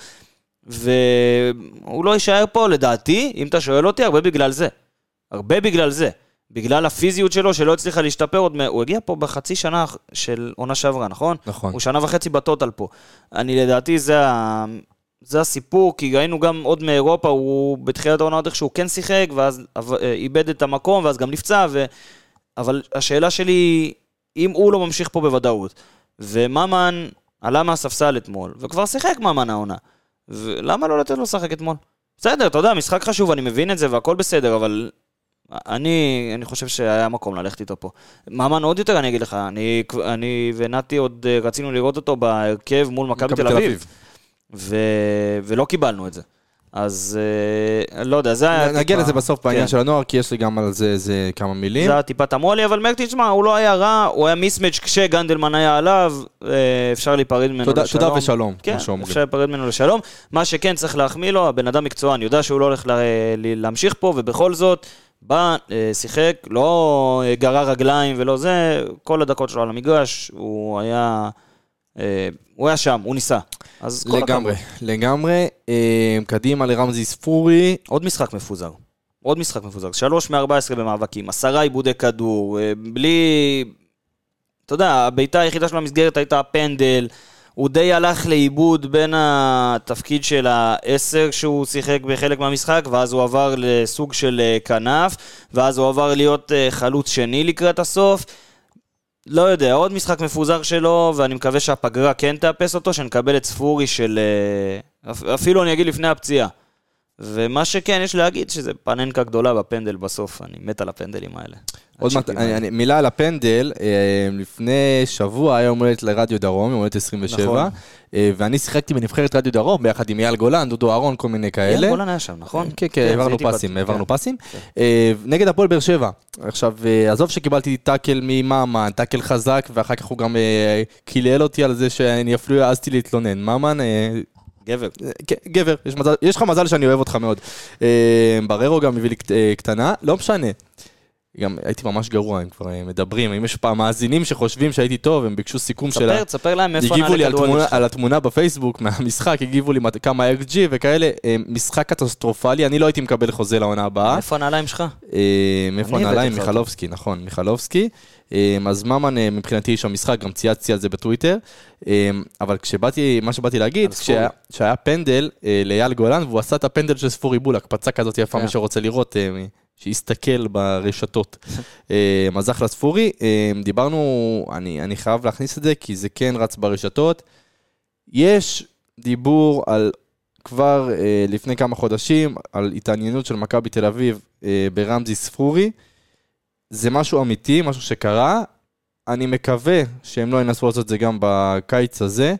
[SPEAKER 2] והוא לא יישאר פה, לדעתי, אם אתה שואל אותי, הרבה בגלל זה. הרבה בגלל זה. בגלל הפיזיות שלו, שלא הצליחה להשתפר עוד, הוא הגיע פה בחצי שנה של עונה שעברה, נכון?
[SPEAKER 1] נכון. הוא
[SPEAKER 2] שנה וחצי בטוטל פה. אני לדעתי זה ה... זה הסיפור, כי ראינו גם עוד מאירופה, הוא בתחילת העונה עוד איך שהוא כן שיחק, ואז איבד את המקום, ואז גם נפצע, ו... אבל השאלה שלי, אם הוא לא ממשיך פה בוודאות, וממן עלה מהספסל אתמול, וכבר שיחק מאמן העונה, ולמה לא לתת לו לשחק אתמול? בסדר, אתה יודע, משחק חשוב, אני מבין את זה, והכל בסדר, אבל אני, אני חושב שהיה מקום ללכת איתו פה. מאמן עוד יותר, אני אגיד לך, אני, אני ונתי עוד רצינו לראות אותו בהרכב מול מכבי תל אביב. ו... ולא קיבלנו את זה. אז לא יודע, זה היה...
[SPEAKER 1] נגיע לזה בסוף בעניין של הנוער, כי יש לי גם על זה, זה כמה מילים.
[SPEAKER 2] זה היה טיפה תמולי, אבל מרטינש, תשמע, הוא לא היה רע, הוא היה מיסמץ' כשגנדלמן היה עליו, אפשר להיפרד ממנו לשלום.
[SPEAKER 1] תודה ושלום.
[SPEAKER 2] כן, אפשר להיפרד ממנו לשלום. מה שכן צריך להחמיא לו, הבן אדם מקצוען, יודע שהוא לא הולך להמשיך פה, ובכל זאת, בא, שיחק, לא גרר רגליים ולא זה, כל הדקות שלו על המגרש, הוא היה... הוא היה שם, הוא ניסה.
[SPEAKER 1] לגמרי, לגמרי. קדימה לרמזי ספורי.
[SPEAKER 2] עוד משחק מפוזר. עוד משחק מפוזר. שלוש מארבע עשרה במאבקים, עשרה עיבודי כדור, בלי... אתה יודע, הביתה היחידה של המסגרת הייתה הפנדל, הוא די הלך לאיבוד בין התפקיד של העשר שהוא שיחק בחלק מהמשחק, ואז הוא עבר לסוג של כנף, ואז הוא עבר להיות חלוץ שני לקראת הסוף. לא יודע, עוד משחק מפוזר שלו, ואני מקווה שהפגרה כן תאפס אותו, שנקבל את ספורי של... אפילו אני אגיד לפני הפציעה. ומה שכן יש להגיד, שזה פננקה גדולה בפנדל בסוף, אני מת על הפנדלים האלה.
[SPEAKER 1] עוד מת, אני, אני, מילה על הפנדל, לפני שבוע היה אומרת לרדיו דרום, אומרת עשרים ושבע, נכון. ואני שיחקתי בנבחרת רדיו דרום, ביחד עם אייל גולן, דודו אהרון, כל מיני כאלה.
[SPEAKER 2] אייל גולן היה שם, נכון?
[SPEAKER 1] כן, כן, העברנו פסים, העברנו פסים. נגד הפועל באר שבע. עכשיו, עזוב שקיבלתי טאקל ממאמן, טאקל חזק, ואחר כך הוא גם קילל אותי על זה שאני אפילו העזתי להתלונן. מאמן...
[SPEAKER 2] גבר.
[SPEAKER 1] גבר, יש, מזל, יש לך מזל שאני אוהב אותך מאוד. בררו גם מביא לי קטנה, לא משנה. גם הייתי ממש גרוע, הם כבר מדברים. אם יש פעם מאזינים שחושבים שהייתי טוב, הם ביקשו סיכום שלה.
[SPEAKER 2] ספר, תספר להם איפה
[SPEAKER 1] הגיבו לי על, תמונה, על התמונה בפייסבוק מהמשחק, הגיבו לי כמה אקס ג'י וכאלה. משחק קטסטרופלי, אני לא הייתי מקבל חוזה לעונה הבאה.
[SPEAKER 2] איפה הנעליים שלך?
[SPEAKER 1] איפה הנעליים? מיכלובסקי, נכון, מיכלובסקי. אז ממן מבחינתי יש המשחק, גם צייצתי על זה בטוויטר, אבל כשבאתי, מה שבאתי להגיד, כשהיה פנדל לאייל גולן, והוא עשה את הפנדל של ספורי בול, הקפצה כזאת יפה, מי שרוצה לראות, שיסתכל ברשתות. מזח לספורי, דיברנו, אני, אני חייב להכניס את זה, כי זה כן רץ ברשתות. יש דיבור על, כבר לפני כמה חודשים, על התעניינות של מכבי תל אביב ברמזי ספורי, זה משהו אמיתי, משהו שקרה, אני מקווה שהם לא ינסו לעשות את זה גם בקיץ הזה,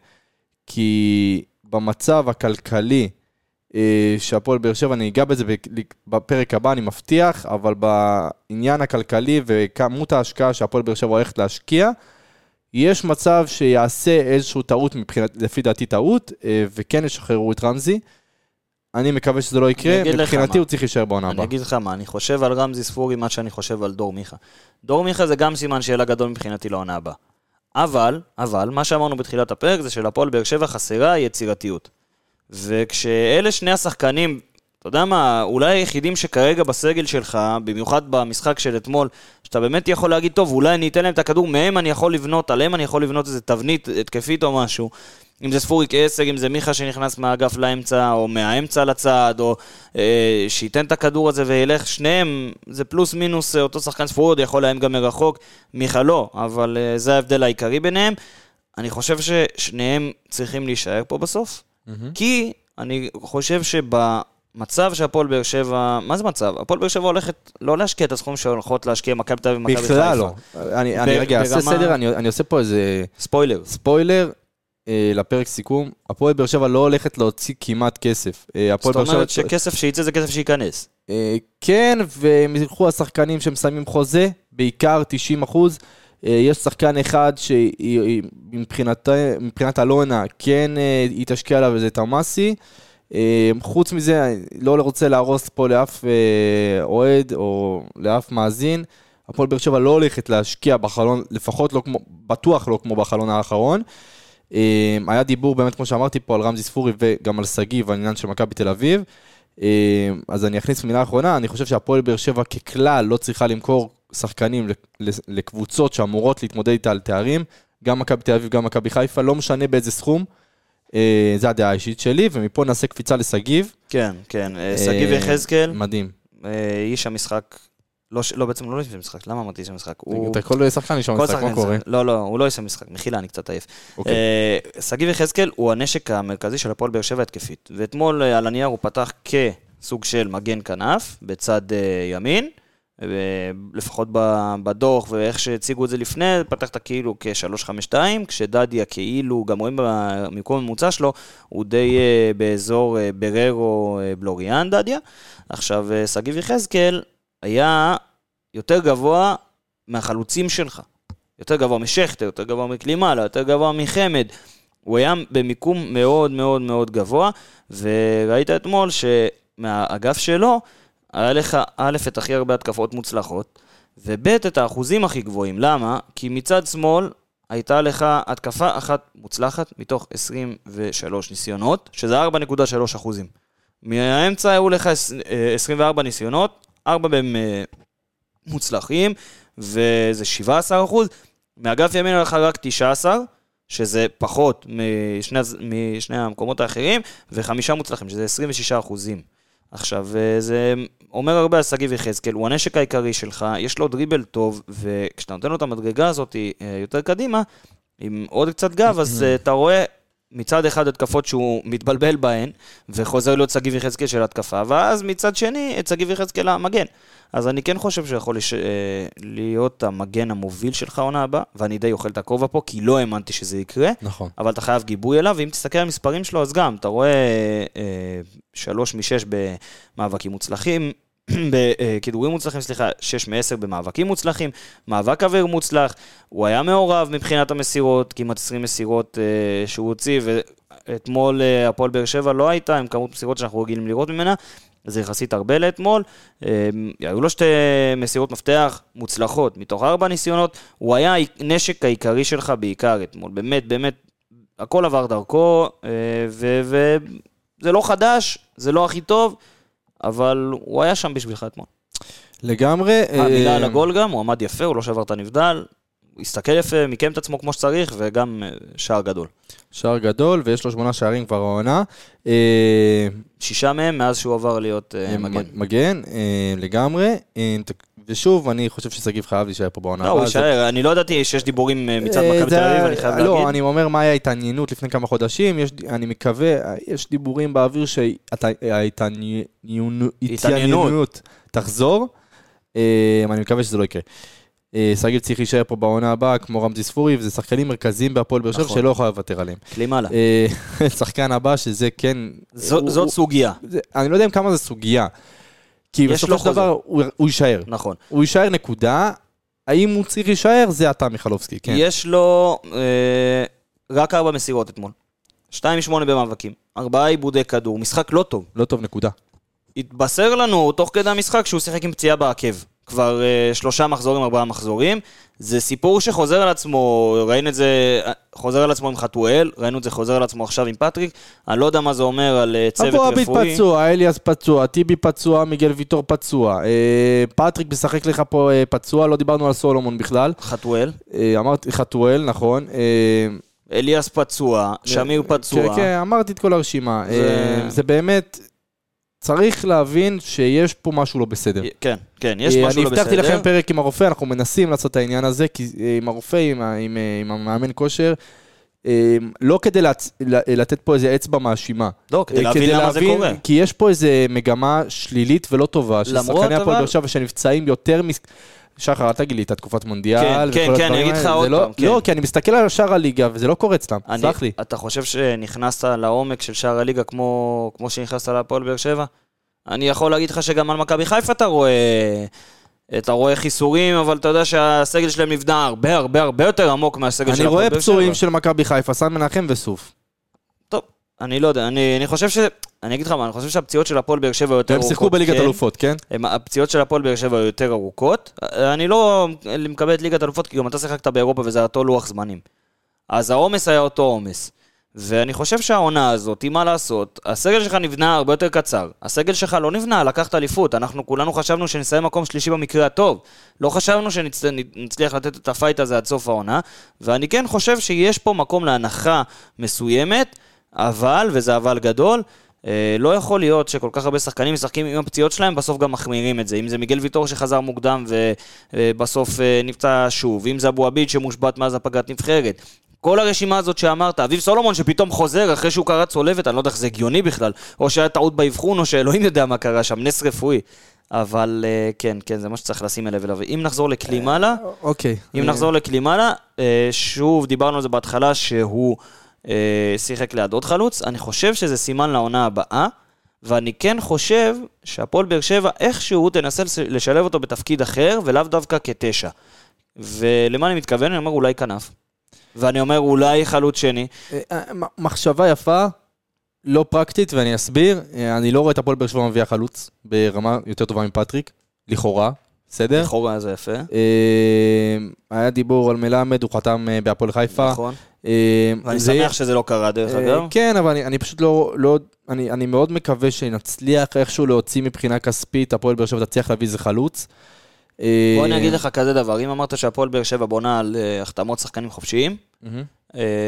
[SPEAKER 1] כי במצב הכלכלי שהפועל באר שבע, אני אגע בזה בפרק הבא, אני מבטיח, אבל בעניין הכלכלי וכמות ההשקעה שהפועל באר שבע הולכת להשקיע, יש מצב שיעשה איזשהו טעות, לפי דעתי טעות, וכן ישחררו את רמזי. אני מקווה שזה לא יקרה, מבחינתי הוא צריך להישאר בעונה הבאה.
[SPEAKER 2] אני אגיד לך מה, אני חושב על רמזי ספורי, מה שאני חושב על דור מיכה. דור מיכה זה גם סימן שאלה גדול מבחינתי לעונה הבאה. אבל, אבל, מה שאמרנו בתחילת הפרק זה שלפועל באר שבע חסרה יצירתיות. וכשאלה שני השחקנים, אתה יודע מה, אולי היחידים שכרגע בסגל שלך, במיוחד במשחק של אתמול, שאתה באמת יכול להגיד, טוב, אולי אני אתן להם את הכדור, מהם אני יכול לבנות, עליהם אני יכול לבנות איזה תבנית התקפית או משהו, אם זה ספורי כעסק, אם זה מיכה שנכנס מהאגף לאמצע, או מהאמצע לצד, או אה, שייתן את הכדור הזה וילך, שניהם, זה פלוס מינוס, אותו שחקן ספורי עוד יכול להם גם מרחוק, מיכה לא, אבל אה, זה ההבדל העיקרי ביניהם. אני חושב ששניהם צריכים להישאר פה בסוף, mm-hmm. כי אני חושב שבמצב שהפועל באר שבע, מה זה מצב? הפועל באר שבע הולכת לא להשקיע את הסכום שהולכות להשקיע מכבי תל אביב ומכבי חיפה.
[SPEAKER 1] בכלל לא. אני, אני רגע, אעשה סדר, אני, אני עושה פה איזה...
[SPEAKER 2] ספוילר.
[SPEAKER 1] ספוילר. לפרק סיכום, הפועל באר שבע לא הולכת להוציא כמעט כסף.
[SPEAKER 2] זאת אומרת שכסף שייצא זה כסף שייכנס.
[SPEAKER 1] כן, והם ילכו השחקנים שמסיימים חוזה, בעיקר תשעים אחוז. יש שחקן אחד שמבחינת אלונה כן היא תשקיע עליו, וזה תרמסי. חוץ מזה, לא רוצה להרוס פה לאף אוהד או לאף מאזין. הפועל באר שבע לא הולכת להשקיע בחלון, לפחות לא כמו, בטוח לא כמו בחלון האחרון. היה דיבור באמת כמו שאמרתי פה על רמזי ספורי וגם על סגי ועל עניין של מכבי תל אביב. אז אני אכניס מילה האחרונה, אני חושב שהפועל באר שבע ככלל לא צריכה למכור שחקנים לקבוצות שאמורות להתמודד איתה על תארים, גם מכבי תל אביב, גם מכבי חיפה, לא משנה באיזה סכום, זה הדעה האישית שלי, ומפה נעשה קפיצה לסגיב.
[SPEAKER 2] כן, כן, סגיב יחזקאל.
[SPEAKER 1] מדהים.
[SPEAKER 2] איש המשחק. לא, לא, בעצם לא יש משחק, למה אמרתי שמשחק?
[SPEAKER 1] אתה כל שחקן יש משחק, מה קורה?
[SPEAKER 2] לא, לא, הוא לא יש משחק, מחילה, אני קצת עייף. סגיב יחזקאל הוא הנשק המרכזי של הפועל באר שבע התקפית, ואתמול על הנייר הוא פתח כסוג של מגן כנף, בצד ימין, לפחות בדוח ואיך שהציגו את זה לפני, פתחת כאילו כ-שלוש חמש שתיים, כשדדיה כאילו, גם רואים במקום הממוצע שלו, הוא די באזור בררו בלוריאן דדיה. עכשיו, סגיב יחזקאל היה יותר גבוה מהחלוצים שלך, יותר גבוה משכתר, יותר גבוה מקלימלה, יותר גבוה מחמד, הוא היה במיקום מאוד מאוד מאוד גבוה, וראית אתמול שמהאגף שלו, היה לך א' את הכי הרבה התקפות מוצלחות, וב' את האחוזים הכי גבוהים, למה? כי מצד שמאל הייתה לך התקפה אחת מוצלחת, מתוך עשרים ושלוש ניסיונות, שזה ארבע נקודה שלוש אחוזים. מהאמצע היו לך עשרים וארבע ניסיונות, ארבע בהם מוצלחים, וזה שבעה עשר אחוז. מאגף ימין הלכה רק תשע עשרה, שזה פחות משני, משני המקומות האחרים, וחמישה מוצלחים, שזה עשרים ושישה אחוזים. עכשיו, זה אומר הרבה על שגיב יחזקאל, הוא הנשק העיקרי שלך, יש לו דריבל טוב, וכשאתה נותן לו את המדרגה הזאת יותר קדימה, עם עוד קצת גב, אז אתה רואה מצד אחד התקפות שהוא מתבלבל בהן, וחוזר להיות שגיב יחזקאל של התקפה, ואז מצד שני את שגיב יחזקאל המגן. אז אני כן חושב שיכול לש... להיות המגן המוביל שלך עונה הבאה, ואני די אוכל את הכובע פה, כי לא האמנתי שזה יקרה,
[SPEAKER 1] נכון.
[SPEAKER 2] אבל אתה חייב גיבוי אליו, ואם תסתכל על המספרים שלו, אז גם, אתה רואה אה, שלוש משש במאבקים מוצלחים, בכדורים מוצלחים, סליחה, שש מעשר במאבקים מוצלחים, מאבק אוויר מוצלח, הוא היה מעורב מבחינת המסירות, כמעט עשרים מסירות אה, שהוא הוציא, ואתמול אה, הפועל באר שבע לא הייתה, עם כמות מסירות שאנחנו רגילים לראות ממנה, זה יחסית הרבה לאתמול, היו לו שתי מסירות מפתח מוצלחות, מתוך ארבע ניסיונות, הוא היה נשק העיקרי שלך בעיקר אתמול, באמת, באמת, הכל עבר דרכו, וזה לא חדש, זה לא הכי טוב, אבל הוא היה שם בשבילך אתמול.
[SPEAKER 1] לגמרי.
[SPEAKER 2] המילה על הגול גם, הוא עמד יפה, הוא לא שבר את הנבדל, הוא הסתכל יפה, מיקם את עצמו כמו שצריך, וגם שער גדול.
[SPEAKER 1] שער גדול, ויש לו שמונה שערים כבר העונה.
[SPEAKER 2] שישה מהם מאז שהוא עבר להיות מגן.
[SPEAKER 1] מגן, לגמרי. ושוב, אני חושב ששגיב חייב להישאר פה בעונה.
[SPEAKER 2] לא, הוא יישאר. אני לא ידעתי שיש דיבורים מצד מכבי תל אביב, אני חייב להגיד.
[SPEAKER 1] לא, אני אומר מה היה התעניינות לפני כמה חודשים, אני מקווה, יש דיבורים באוויר שההתעניינות תחזור, אני מקווה שזה לא יקרה. שגיב צריך להישאר פה בעונה הבאה, כמו רמזי ספורי, וזה שחקנים מרכזיים בהפועל באר שבע שלא יכול לוותר עליהם.
[SPEAKER 2] כלימאלה.
[SPEAKER 1] שחקן הבא שזה כן...
[SPEAKER 2] זאת סוגיה.
[SPEAKER 1] אני לא יודע כמה זה סוגיה. כי בסופו של דבר הוא יישאר.
[SPEAKER 2] נכון.
[SPEAKER 1] הוא יישאר נקודה, האם הוא צריך להישאר? זה אתה מיכלובסקי, כן.
[SPEAKER 2] יש לו רק ארבע מסירות אתמול. שתיים משמונה במאבקים. ארבעה עיבודי כדור. משחק לא טוב.
[SPEAKER 1] לא טוב, נקודה.
[SPEAKER 2] התבשר לנו תוך כדי המשחק שהוא שיחק עם פציעה בעקב. כבר uh, שלושה מחזורים, ארבעה מחזורים. זה סיפור שחוזר על עצמו, ראינו את זה, חוזר על עצמו עם חתואל, ראינו את זה חוזר על עצמו עכשיו עם פטריק, אני לא יודע מה זה אומר על uh, צוות רפואי.
[SPEAKER 1] אבו עביד פצוע, אליאס פצוע, טיבי פצוע, מיגל ויטור פצוע, uh, פטריק משחק לך פה uh, פצוע, לא דיברנו על סולומון בכלל.
[SPEAKER 2] חתואל.
[SPEAKER 1] Uh, אמרתי, חתואל, נכון. Uh,
[SPEAKER 2] אליאס פצוע, שמיר פצוע.
[SPEAKER 1] כן, כן, אמרתי את כל הרשימה. זה, uh, זה באמת... צריך להבין שיש פה משהו לא בסדר.
[SPEAKER 2] כן, כן, יש משהו לא בסדר.
[SPEAKER 1] אני הבטחתי לכם פרק עם הרופא, אנחנו מנסים לעשות את העניין הזה, כי עם הרופא, עם, עם, עם המאמן כושר, לא כדי לתת פה איזה אצבע מאשימה.
[SPEAKER 2] לא, כדי להבין למה זה קורה.
[SPEAKER 1] כי יש פה איזה מגמה שלילית ולא טובה, ששחקני הפועל באר שבע שנפצעים יותר מ... שחר, אל תגיד לי את התקופת מונדיאל.
[SPEAKER 2] כן, כן, אני אגיד לך עוד פעם.
[SPEAKER 1] לא, כי אני מסתכל על שער הליגה, וזה לא קורה אצלם, סלח לי.
[SPEAKER 2] אתה חושב שנכנסת לעומק של שער הליגה כמו שנכנסת להפועל באר שבע? אני יכול להגיד לך שגם על מכבי חיפה אתה רואה... אתה רואה חיסורים, אבל אתה יודע שהסגל שלהם נבנה הרבה הרבה הרבה יותר עמוק מהסגל של הפועל באר שבע.
[SPEAKER 1] אני רואה פצועים של מכבי חיפה, סן מנחם וסוף.
[SPEAKER 2] טוב, אני לא יודע, אני, אני חושב ש... אני אגיד לך מה, אני חושב שהפציעות של הפועל באר שבע יותר ארוכות.
[SPEAKER 1] הם שיחקו בליגת אלופות, כן?
[SPEAKER 2] הפציעות של הפועל באר שבע יותר ארוכות. אני לא מקבל את ליגת אלופות, כי גם אתה שיחקת באירופה וזה אותו לוח זמנים. אז העומס היה אותו עומס. ואני חושב שהעונה הזאת, מה לעשות, הסגל שלך נבנה הרבה יותר קצר. הסגל שלך לא נבנה, לקחת אליפות. אנחנו כולנו חשבנו שנסיים מקום שלישי במקרה הטוב. לא חשבנו שנצליח לתת את הפייט הזה עד סוף העונה. ואני כן חושב שיש פה מקום להנחה מסוימת, אבל, וזה אבל גדול, לא יכול להיות שכל כך הרבה שחקנים משחקים עם הפציעות שלהם, בסוף גם מחמירים את זה. אם זה מיגל ויטור שחזר מוקדם ובסוף נפצע שוב, אם זה אבו עביד שמושבת מאז הפגרת נבחרת. כל הרשימה הזאת שאמרת, אביב סולומון שפתאום חוזר אחרי שהוא קרא צולבת, אני לא יודע איך זה הגיוני בכלל, או שהיה טעות באבחון, או שאלוהים יודע מה קרה שם, נס רפואי. אבל כן, כן, זה מה שצריך לשים אליו אליו. אם נחזור לקלימאלה,
[SPEAKER 1] אוקיי.
[SPEAKER 2] אם נחזור לקלימאלה, שוב דיברנו על זה בהתחלה שהוא שיחק ליד עוד חלוץ, אני חושב שזה סימן לעונה הבאה, ואני כן חושב שהפועל באר שבע איכשהו תנסה לשלב אותו בתפקיד אחר, ולאו דווקא כתשע. ולמה אני מתכוון? אני אומר אולי כנף. ואני אומר אולי חלוץ שני.
[SPEAKER 1] מחשבה יפה, לא פרקטית, ואני אסביר. אני לא רואה את הפועל באר שבע מביאה חלוץ ברמה יותר טובה מפטריק, לכאורה, בסדר?
[SPEAKER 2] לכאורה זה יפה.
[SPEAKER 1] היה דיבור על מלמד, הוא חתם בהפועל חיפה.
[SPEAKER 2] נכון. ואני שמח שזה לא קרה דרך אגב.
[SPEAKER 1] כן, אבל אני פשוט לא... אני מאוד מקווה שנצליח איכשהו להוציא מבחינה כספית, הפועל באר שבע תצליח להביא איזה חלוץ.
[SPEAKER 2] בוא אני אגיד לך כזה דבר, אם אמרת שהפועל באר שבע בונה על החתמות שחקנים חופשיים,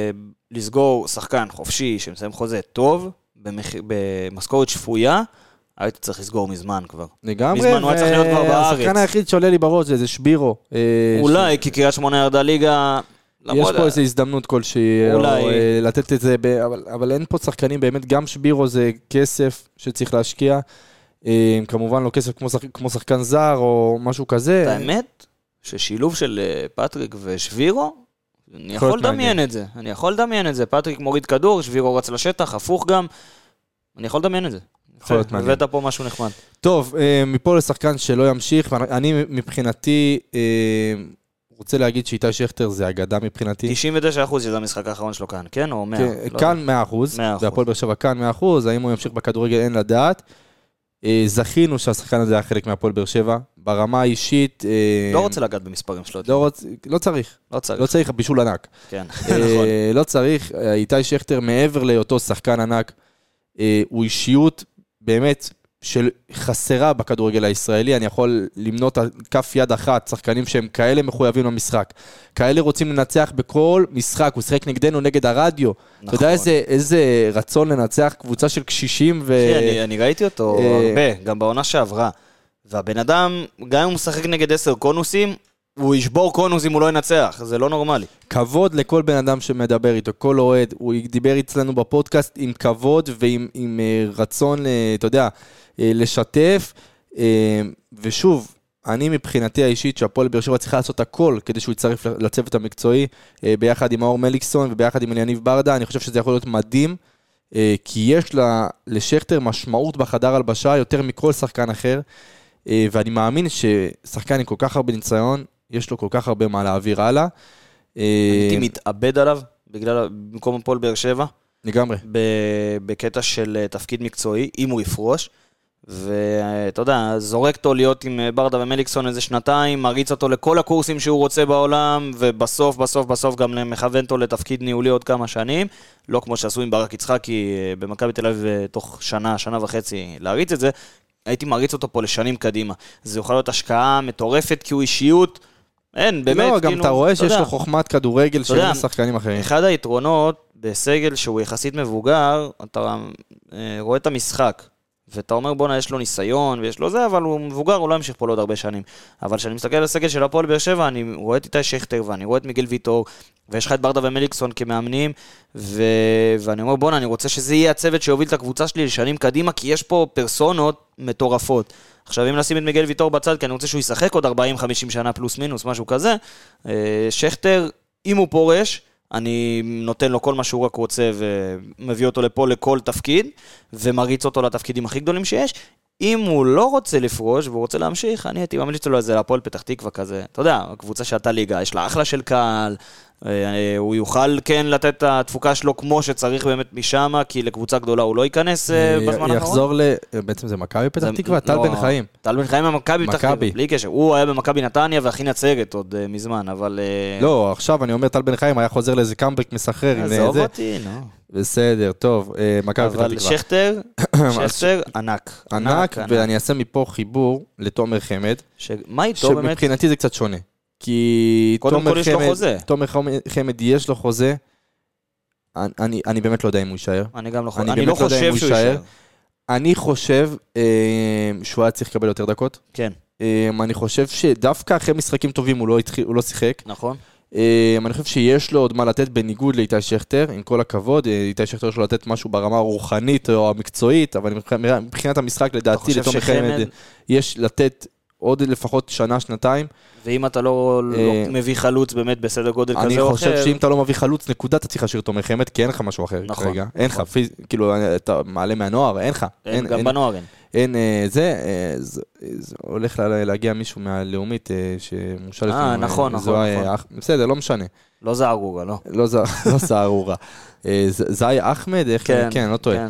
[SPEAKER 2] לסגור שחקן חופשי שמסיים חוזה טוב, במשכורת שפויה, הייתי צריך לסגור מזמן כבר.
[SPEAKER 1] לגמרי,
[SPEAKER 2] מזמן הוא היה צריך להיות כבר בארץ.
[SPEAKER 1] השחקן היחיד שעולה לי בראש זה שבירו.
[SPEAKER 2] אולי, כי קריית שמונה ירדה ליגה...
[SPEAKER 1] יש פה איזו הזדמנות כלשהי,
[SPEAKER 2] אולי...
[SPEAKER 1] או לתת את זה, אבל, אבל אין פה שחקנים, באמת גם שבירו זה כסף שצריך להשקיע, כמובן לא כסף כמו, שחק, כמו שחקן זר או משהו כזה.
[SPEAKER 2] האמת, ששילוב של פטריק ושבירו, אני יכול לדמיין את זה, אני יכול לדמיין את זה, פטריק מוריד כדור, שבירו רץ לשטח, הפוך גם, אני יכול לדמיין את זה. הבאת פה משהו נחמד.
[SPEAKER 1] טוב, מפה לשחקן שלא ימשיך, אני מבחינתי... רוצה להגיד שאיתי שכטר זה אגדה מבחינתי.
[SPEAKER 2] תשעים ותשעה אחוז שזה המשחק האחרון שלו כאן, כן? או מאה?
[SPEAKER 1] כאן מאה אחוז, והפועל באר שבע כאן מאה אחוז, האם הוא ימשיך בכדורגל אין לדעת. זכינו שהשחקן הזה היה חלק מהפועל באר שבע, ברמה האישית...
[SPEAKER 2] לא רוצה לגעת במספרים שלו.
[SPEAKER 1] לא צריך.
[SPEAKER 2] לא צריך.
[SPEAKER 1] לא צריך, בישול ענק.
[SPEAKER 2] כן, נכון.
[SPEAKER 1] לא צריך, איתי שכטר מעבר להיותו שחקן ענק, הוא אישיות באמת... של חסרה בכדורגל הישראלי, אני יכול למנות כף יד אחת, שחקנים שהם כאלה מחויבים למשחק, כאלה רוצים לנצח בכל משחק, הוא שחק נגדנו נגד הרדיו, נכון. אתה יודע איזה, איזה רצון לנצח קבוצה של קשישים ו...
[SPEAKER 2] כן, אני, אני ראיתי אותו הרבה, גם בעונה שעברה, והבן אדם, גם אם הוא משחק נגד עשר קונוסים, הוא ישבור קונוס אם הוא לא ינצח, זה לא נורמלי.
[SPEAKER 1] כבוד לכל בן אדם שמדבר איתו, כל אוהד, הוא דיבר אצלנו בפודקאסט עם כבוד ועם עם רצון, אתה יודע, לשתף, ושוב, אני מבחינתי האישית שהפועל באר שבע צריכה לעשות הכל כדי שהוא יצטרף לצוות המקצועי, ביחד עם מאור מליקסון וביחד עם אליניב ברדה, אני חושב שזה יכול להיות מדהים, כי יש לשכטר משמעות בחדר הלבשה יותר מכל שחקן אחר, ואני מאמין ששחקן עם כל כך הרבה ניסיון, יש לו כל כך הרבה מה להעביר הלאה.
[SPEAKER 2] הייתי מתאבד עליו, בגלל, במקום הפועל באר שבע.
[SPEAKER 1] לגמרי.
[SPEAKER 2] בקטע של תפקיד מקצועי, אם הוא יפרוש. ואתה יודע, זורק אותו להיות עם ברדה ומליקסון איזה שנתיים, מריץ אותו לכל הקורסים שהוא רוצה בעולם, ובסוף, בסוף, בסוף גם מכוון אותו לתפקיד ניהולי עוד כמה שנים. לא כמו שעשו עם ברק יצחקי במכבי תל אביב תוך שנה, שנה וחצי להריץ את זה. הייתי מריץ אותו פה לשנים קדימה. זה יוכל להיות השקעה מטורפת, כי הוא אישיות, אין, באמת.
[SPEAKER 1] לא, גם אתה רואה שיש לו חוכמת כדורגל של שחקנים אחרים.
[SPEAKER 2] אחד היתרונות בסגל שהוא יחסית מבוגר, אתה רואה את המשחק, ואתה אומר בונה, יש לו ניסיון ויש לו זה, אבל הוא מבוגר, הוא לא ימשיך פה לעוד הרבה שנים. אבל כשאני מסתכל על הסגל של הפועל באר שבע, אני רואה את איתי שכטר, ואני רואה את מיגל ויטור, ויש לך את ברדה ומליקסון כמאמנים, ו... ואני אומר בונה, אני רוצה שזה יהיה הצוות שיוביל את הקבוצה שלי לשנים קדימה, כי יש פה פרסונות מטורפות. עכשיו, אם נשים את מיגל ויטור בצד, כי אני רוצה שהוא ישחק עוד ארבעים חמישים שנה פלוס מינוס, משהו כזה, שכטר, אם הוא פורש, אני נותן לו כל מה שהוא רק רוצה ומביא אותו לפה לכל תפקיד ומריץ אותו לתפקידים הכי גדולים שיש. אם הוא לא רוצה לפרוש והוא רוצה להמשיך, אני הייתי ממליץ לו איזה להפועל פתח תקווה כזה. אתה יודע, הקבוצה שעתה ליגה, יש לה אחלה של קהל, הוא יוכל כן לתת את התפוקה שלו כמו שצריך באמת משם, כי לקבוצה גדולה הוא לא ייכנס בזמן האחרון.
[SPEAKER 1] יחזור ל... בעצם זה מכבי פתח תקווה, טל בן חיים.
[SPEAKER 2] טל בן חיים מהמכבי פתח תקווה, בלי קשר. הוא היה במכבי נתניה והכי נצגת עוד מזמן, אבל...
[SPEAKER 1] לא, עכשיו אני אומר טל בן חיים היה חוזר לאיזה קאמבק מסחרר.
[SPEAKER 2] עזוב אותי, נו.
[SPEAKER 1] בסדר, טוב, מכבי פתח תקווה.
[SPEAKER 2] אבל שכטר, שכטר ענק.
[SPEAKER 1] ענק, ואני אעשה מפה חיבור לתומר חמד.
[SPEAKER 2] מה איתו באמת?
[SPEAKER 1] שמבחינתי זה קצת שונה. כי תומר חמד, תומר חמד יש לו חוזה, אני, אני באמת לא יודע אם הוא יישאר.
[SPEAKER 2] אני גם לא חושב, אני לא חושב שהוא יישאר.
[SPEAKER 1] אני חושב שהוא היה צריך לקבל יותר דקות.
[SPEAKER 2] כן.
[SPEAKER 1] אני חושב שדווקא אחרי משחקים טובים הוא לא, התחיל, הוא לא שיחק.
[SPEAKER 2] נכון.
[SPEAKER 1] אני חושב שיש לו עוד מה לתת בניגוד לאיתי שכטר, עם כל הכבוד, איתי שכטר יש לו לתת משהו ברמה הרוחנית או המקצועית, אבל מבחינת המשחק לדעתי לתומר חמד יש לתת עוד לפחות שנה, שנתיים.
[SPEAKER 2] ואם אתה לא מביא חלוץ באמת בסדר גודל כזה או אחר...
[SPEAKER 1] אני חושב שאם אתה לא מביא חלוץ, נקודה אתה צריך להשאיר תומר חמד, כי אין לך משהו אחר כרגע. אין לך, כאילו, אתה מעלה מהנוער, אין לך.
[SPEAKER 2] גם בנוער אין.
[SPEAKER 1] אין, זה, זה הולך להגיע מישהו מהלאומית שמושל...
[SPEAKER 2] אה, נכון, נכון.
[SPEAKER 1] בסדר, לא משנה.
[SPEAKER 2] לא זערורה, לא.
[SPEAKER 1] לא זערורה. זאי אחמד, איך... כן, לא טועה.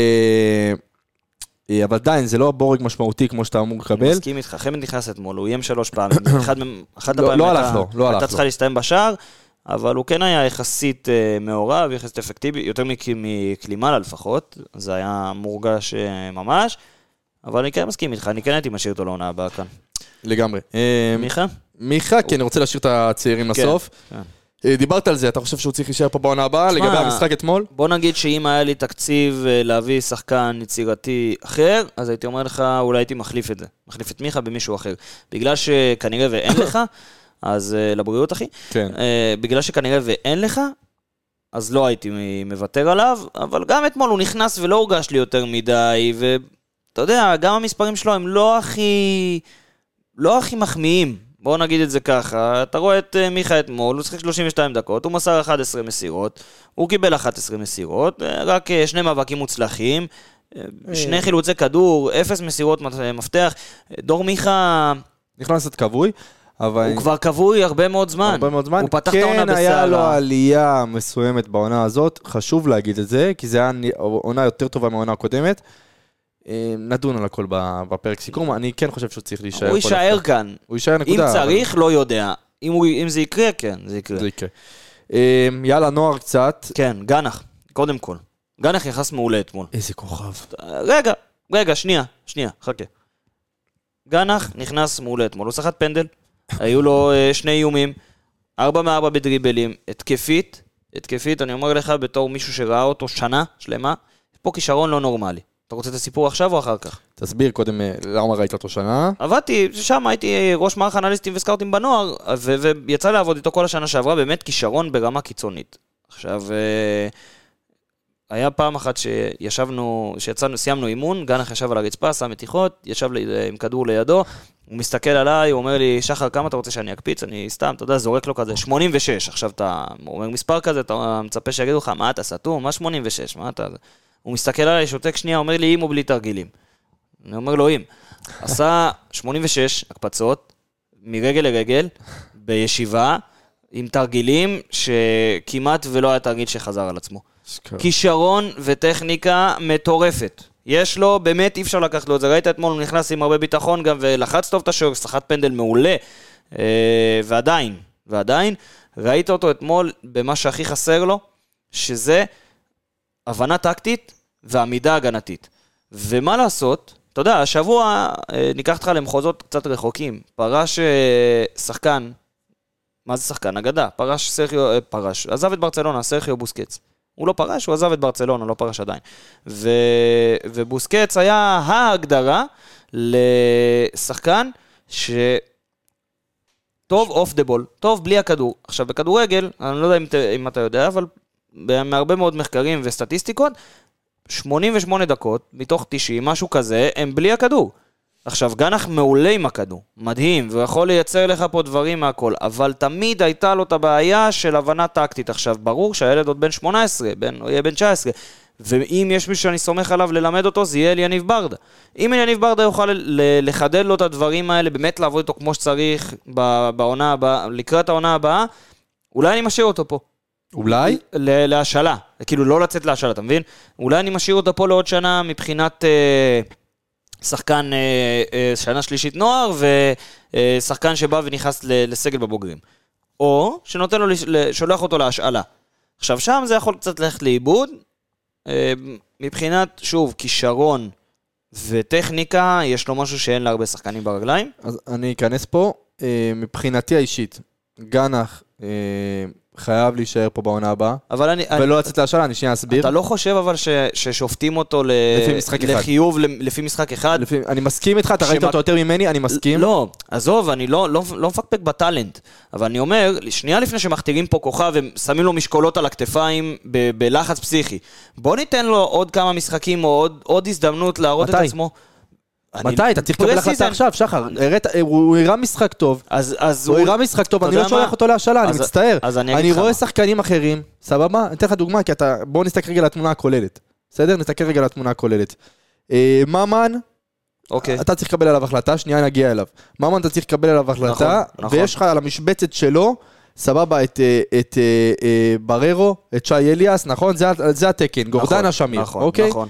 [SPEAKER 1] אבל עדיין, זה לא בורג משמעותי כמו שאתה אמור לקבל.
[SPEAKER 2] אני מסכים איתך, חמד נכנס אתמול, הוא איים שלוש פעמים. אחת הפעמים
[SPEAKER 1] לא הלך לו, לא הלך לו.
[SPEAKER 2] הייתה צריכה להסתיים בשער, אבל הוא כן היה יחסית מעורב, יחסית אפקטיבי, יותר מקלימלה לפחות, זה היה מורגש ממש, אבל אני כן מסכים איתך, אני כן הייתי משאיר אותו לעונה הבאה כאן.
[SPEAKER 1] לגמרי.
[SPEAKER 2] מיכה?
[SPEAKER 1] מיכה, כי אני רוצה להשאיר את הצעירים לסוף. דיברת על זה, אתה חושב שהוא צריך להישאר פה בעונה הבאה, לגבי המשחק אתמול?
[SPEAKER 2] בוא נגיד שאם היה לי תקציב להביא שחקן יצירתי אחר, אז הייתי אומר לך, אולי הייתי מחליף את זה. מחליף את מיכה במישהו אחר. בגלל שכנראה ואין לך, אז לבריאות אחי,
[SPEAKER 1] כן.
[SPEAKER 2] בגלל שכנראה ואין לך, אז לא הייתי מוותר עליו, אבל גם אתמול הוא נכנס ולא הורגש לי יותר מדי, ואתה יודע, גם המספרים שלו הם לא הכי, לא הכי מחמיאים. בואו נגיד את זה ככה, אתה רואה את מיכה אתמול, הוא צריך שלושים ושתיים דקות, הוא מסר אחת עשרה מסירות, הוא קיבל אחת עשרה מסירות, רק שני מאבקים מוצלחים, שני חילוצי כדור, אפס מסירות מפתח, דור מיכה...
[SPEAKER 1] נכנס את כבוי, אבל...
[SPEAKER 2] הוא כבר כבוי הרבה מאוד זמן.
[SPEAKER 1] הרבה מאוד זמן.
[SPEAKER 2] הוא פתח את העונה
[SPEAKER 1] כן,
[SPEAKER 2] בסערה.
[SPEAKER 1] היה לו עלייה מסוימת בעונה הזאת, חשוב להגיד את זה, כי זה היה עונה יותר טובה מהעונה הקודמת. נדון על הכל בפרק סיכום, אני כן חושב שהוא צריך להישאר.
[SPEAKER 2] הוא יישאר כאן.
[SPEAKER 1] הוא יישאר נקודה.
[SPEAKER 2] אם צריך, לא יודע. אם זה יקרה, כן, זה יקרה.
[SPEAKER 1] זה יקרה. יאללה, נוער קצת.
[SPEAKER 2] כן, גנח, קודם כל. גנח יחס מעולה אתמול.
[SPEAKER 1] איזה כוכב.
[SPEAKER 2] רגע, רגע, שנייה, שנייה, חכה. גנח נכנס מעולה אתמול, הוא שחט פנדל, היו לו שני איומים, ארבע מארבע בדריבלים, התקפית, התקפית, אני אומר לך, בתור מישהו שראה אותו שנה שלמה, פה כישרון לא נורמלי. אתה רוצה את הסיפור עכשיו או אחר כך?
[SPEAKER 1] תסביר קודם למה ראית אותו שנה.
[SPEAKER 2] עבדתי, שם הייתי ראש מערך אנליסטים וסקאוטים בנוער, ו- ויצא לעבוד איתו כל השנה שעברה, באמת כישרון ברמה קיצונית. עכשיו, היה פעם אחת שישבנו, שיצאנו, סיימנו אימון, גנח ישב על הרצפה, שם מתיחות, ישב עם כדור לידו, הוא מסתכל עליי, הוא אומר לי, שחר, כמה אתה רוצה שאני אקפיץ? אני סתם, אתה יודע, זורק לו כזה, שמונים ושש. עכשיו אתה אומר מספר כזה, אתה מצפה שיגידו לך, מה אתה סתום? מה שמונים ושש? מה אתה... הוא מסתכל עליי, שותק שנייה, אומר לי, אם או בלי תרגילים. אני אומר לו, אם. עשה שמונים ושש הקפצות, מרגל לרגל, בישיבה, עם תרגילים שכמעט ולא היה תרגיל שחזר על עצמו. כישרון וטכניקה מטורפת. יש לו, באמת אי אפשר לקחת לו את זה. ראית אתמול, הוא נכנס עם הרבה ביטחון גם, ולחץ טוב את השור, שחט פנדל מעולה. ועדיין, ועדיין, ראית אותו אתמול במה שהכי חסר לו, שזה הבנה טקטית ועמידה הגנתית. ומה לעשות? אתה יודע, השבוע ניקח אותך למחוזות קצת רחוקים. פרש שחקן, מה זה שחקן? אגדה. פרש סרחיו, פרש. עזב את ברצלונה, סרחיו בוסקץ. הוא לא פרש, הוא עזב את ברצלונה, לא פרש עדיין. ו... ובוסקץ היה ההגדרה לשחקן ש... טוב אוף דה בול, טוב בלי הכדור. עכשיו, בכדורגל, אני לא יודע אם, ת... אם אתה יודע, אבל מהרבה מאוד מחקרים וסטטיסטיקות, שמונים ושמונה דקות, מתוך תשעים, משהו כזה, הם בלי הכדור. עכשיו, גנח מעולה עם הכדור, מדהים, והוא יכול לייצר לך פה דברים מהכל, אבל תמיד הייתה לו את הבעיה של הבנה טקטית. עכשיו, ברור שהילד עוד בן שמונה עשרה, בן, או יהיה בן תשע עשרה, ואם יש מישהו שאני סומך עליו ללמד אותו, זה יהיה יניב ברדה. אם יניב ברדה יוכל ל- לחדד לו את הדברים האלה, באמת לעבוד איתו כמו שצריך בעונה הבאה, לקראת העונה הבאה, אולי אני משאיר אותו פה.
[SPEAKER 1] אולי?
[SPEAKER 2] ל- להשאלה, כאילו לא לצאת להשאלה, אתה מבין? אולי אני משאיר אותו פה לעוד שנה מבחינת... אה, שחקן אה, אה, שנה שלישית נוער, ושחקן שבא ונכנס לסגל בבוגרים. או שנותן לו, שולח אותו להשאלה. עכשיו שם זה יכול קצת ללכת לאיבוד, אה, מבחינת, שוב, כישרון וטכניקה, יש לו משהו שאין לה הרבה שחקנים ברגליים.
[SPEAKER 1] אז אני אכנס פה, אה, מבחינתי האישית, גנח אה, חייב להישאר פה בעונה הבאה,
[SPEAKER 2] אבל אני,
[SPEAKER 1] ולא
[SPEAKER 2] אני,
[SPEAKER 1] לצאת להשאלה, אני שנייה אסביר.
[SPEAKER 2] אתה לא חושב אבל ש, ששופטים אותו ל,
[SPEAKER 1] לפי משחק אחד.
[SPEAKER 2] לחיוב לפי משחק אחד?
[SPEAKER 1] לפי, אני מסכים איתך, אתה ראית אותו יותר ממני, אני מסכים.
[SPEAKER 2] לא, עזוב, אני לא, לא, לא מפקפק בטלנט, אבל אני אומר, שנייה לפני שמכתירים פה כוכב, ושמים לו משקולות על הכתפיים ב, בלחץ פסיכי, בוא ניתן לו עוד כמה משחקים, או עוד, עוד הזדמנות להראות
[SPEAKER 1] מתי?
[SPEAKER 2] את עצמו.
[SPEAKER 1] מתי? אתה צריך לקבל החלטה עכשיו, שחר. הוא הראה משחק טוב. הוא הראה משחק טוב, אני לא שולח אותו להשאלה, אני מצטער. אני רואה שחקנים אחרים, סבבה? אני אתן לך דוגמה, כי בואו נסתכל רגע לתמונה הכוללת. בסדר? נסתכל רגע לתמונה הכוללת. ממן, אתה צריך לקבל עליו החלטה, שנייה נגיע אליו. ממן אתה צריך לקבל עליו החלטה, ויש לך על המשבצת שלו, סבבה, את בררו, את שי אליאס, נכון? זה התקן, גורדנה שמיר, אוקיי? נכון.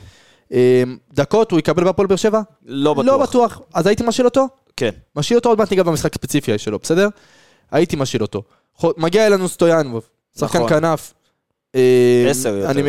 [SPEAKER 1] דקות הוא יקבל בפועל באר שבע?
[SPEAKER 2] לא בטוח.
[SPEAKER 1] לא בטוח. אז הייתי משאיל אותו?
[SPEAKER 2] כן.
[SPEAKER 1] משאיל אותו עוד מעט ניגע במשחק ספציפי שלו, בסדר? הייתי משאיל אותו. מגיע אלינו סטויאנוב, שחקן כנף.
[SPEAKER 2] עשר יותר.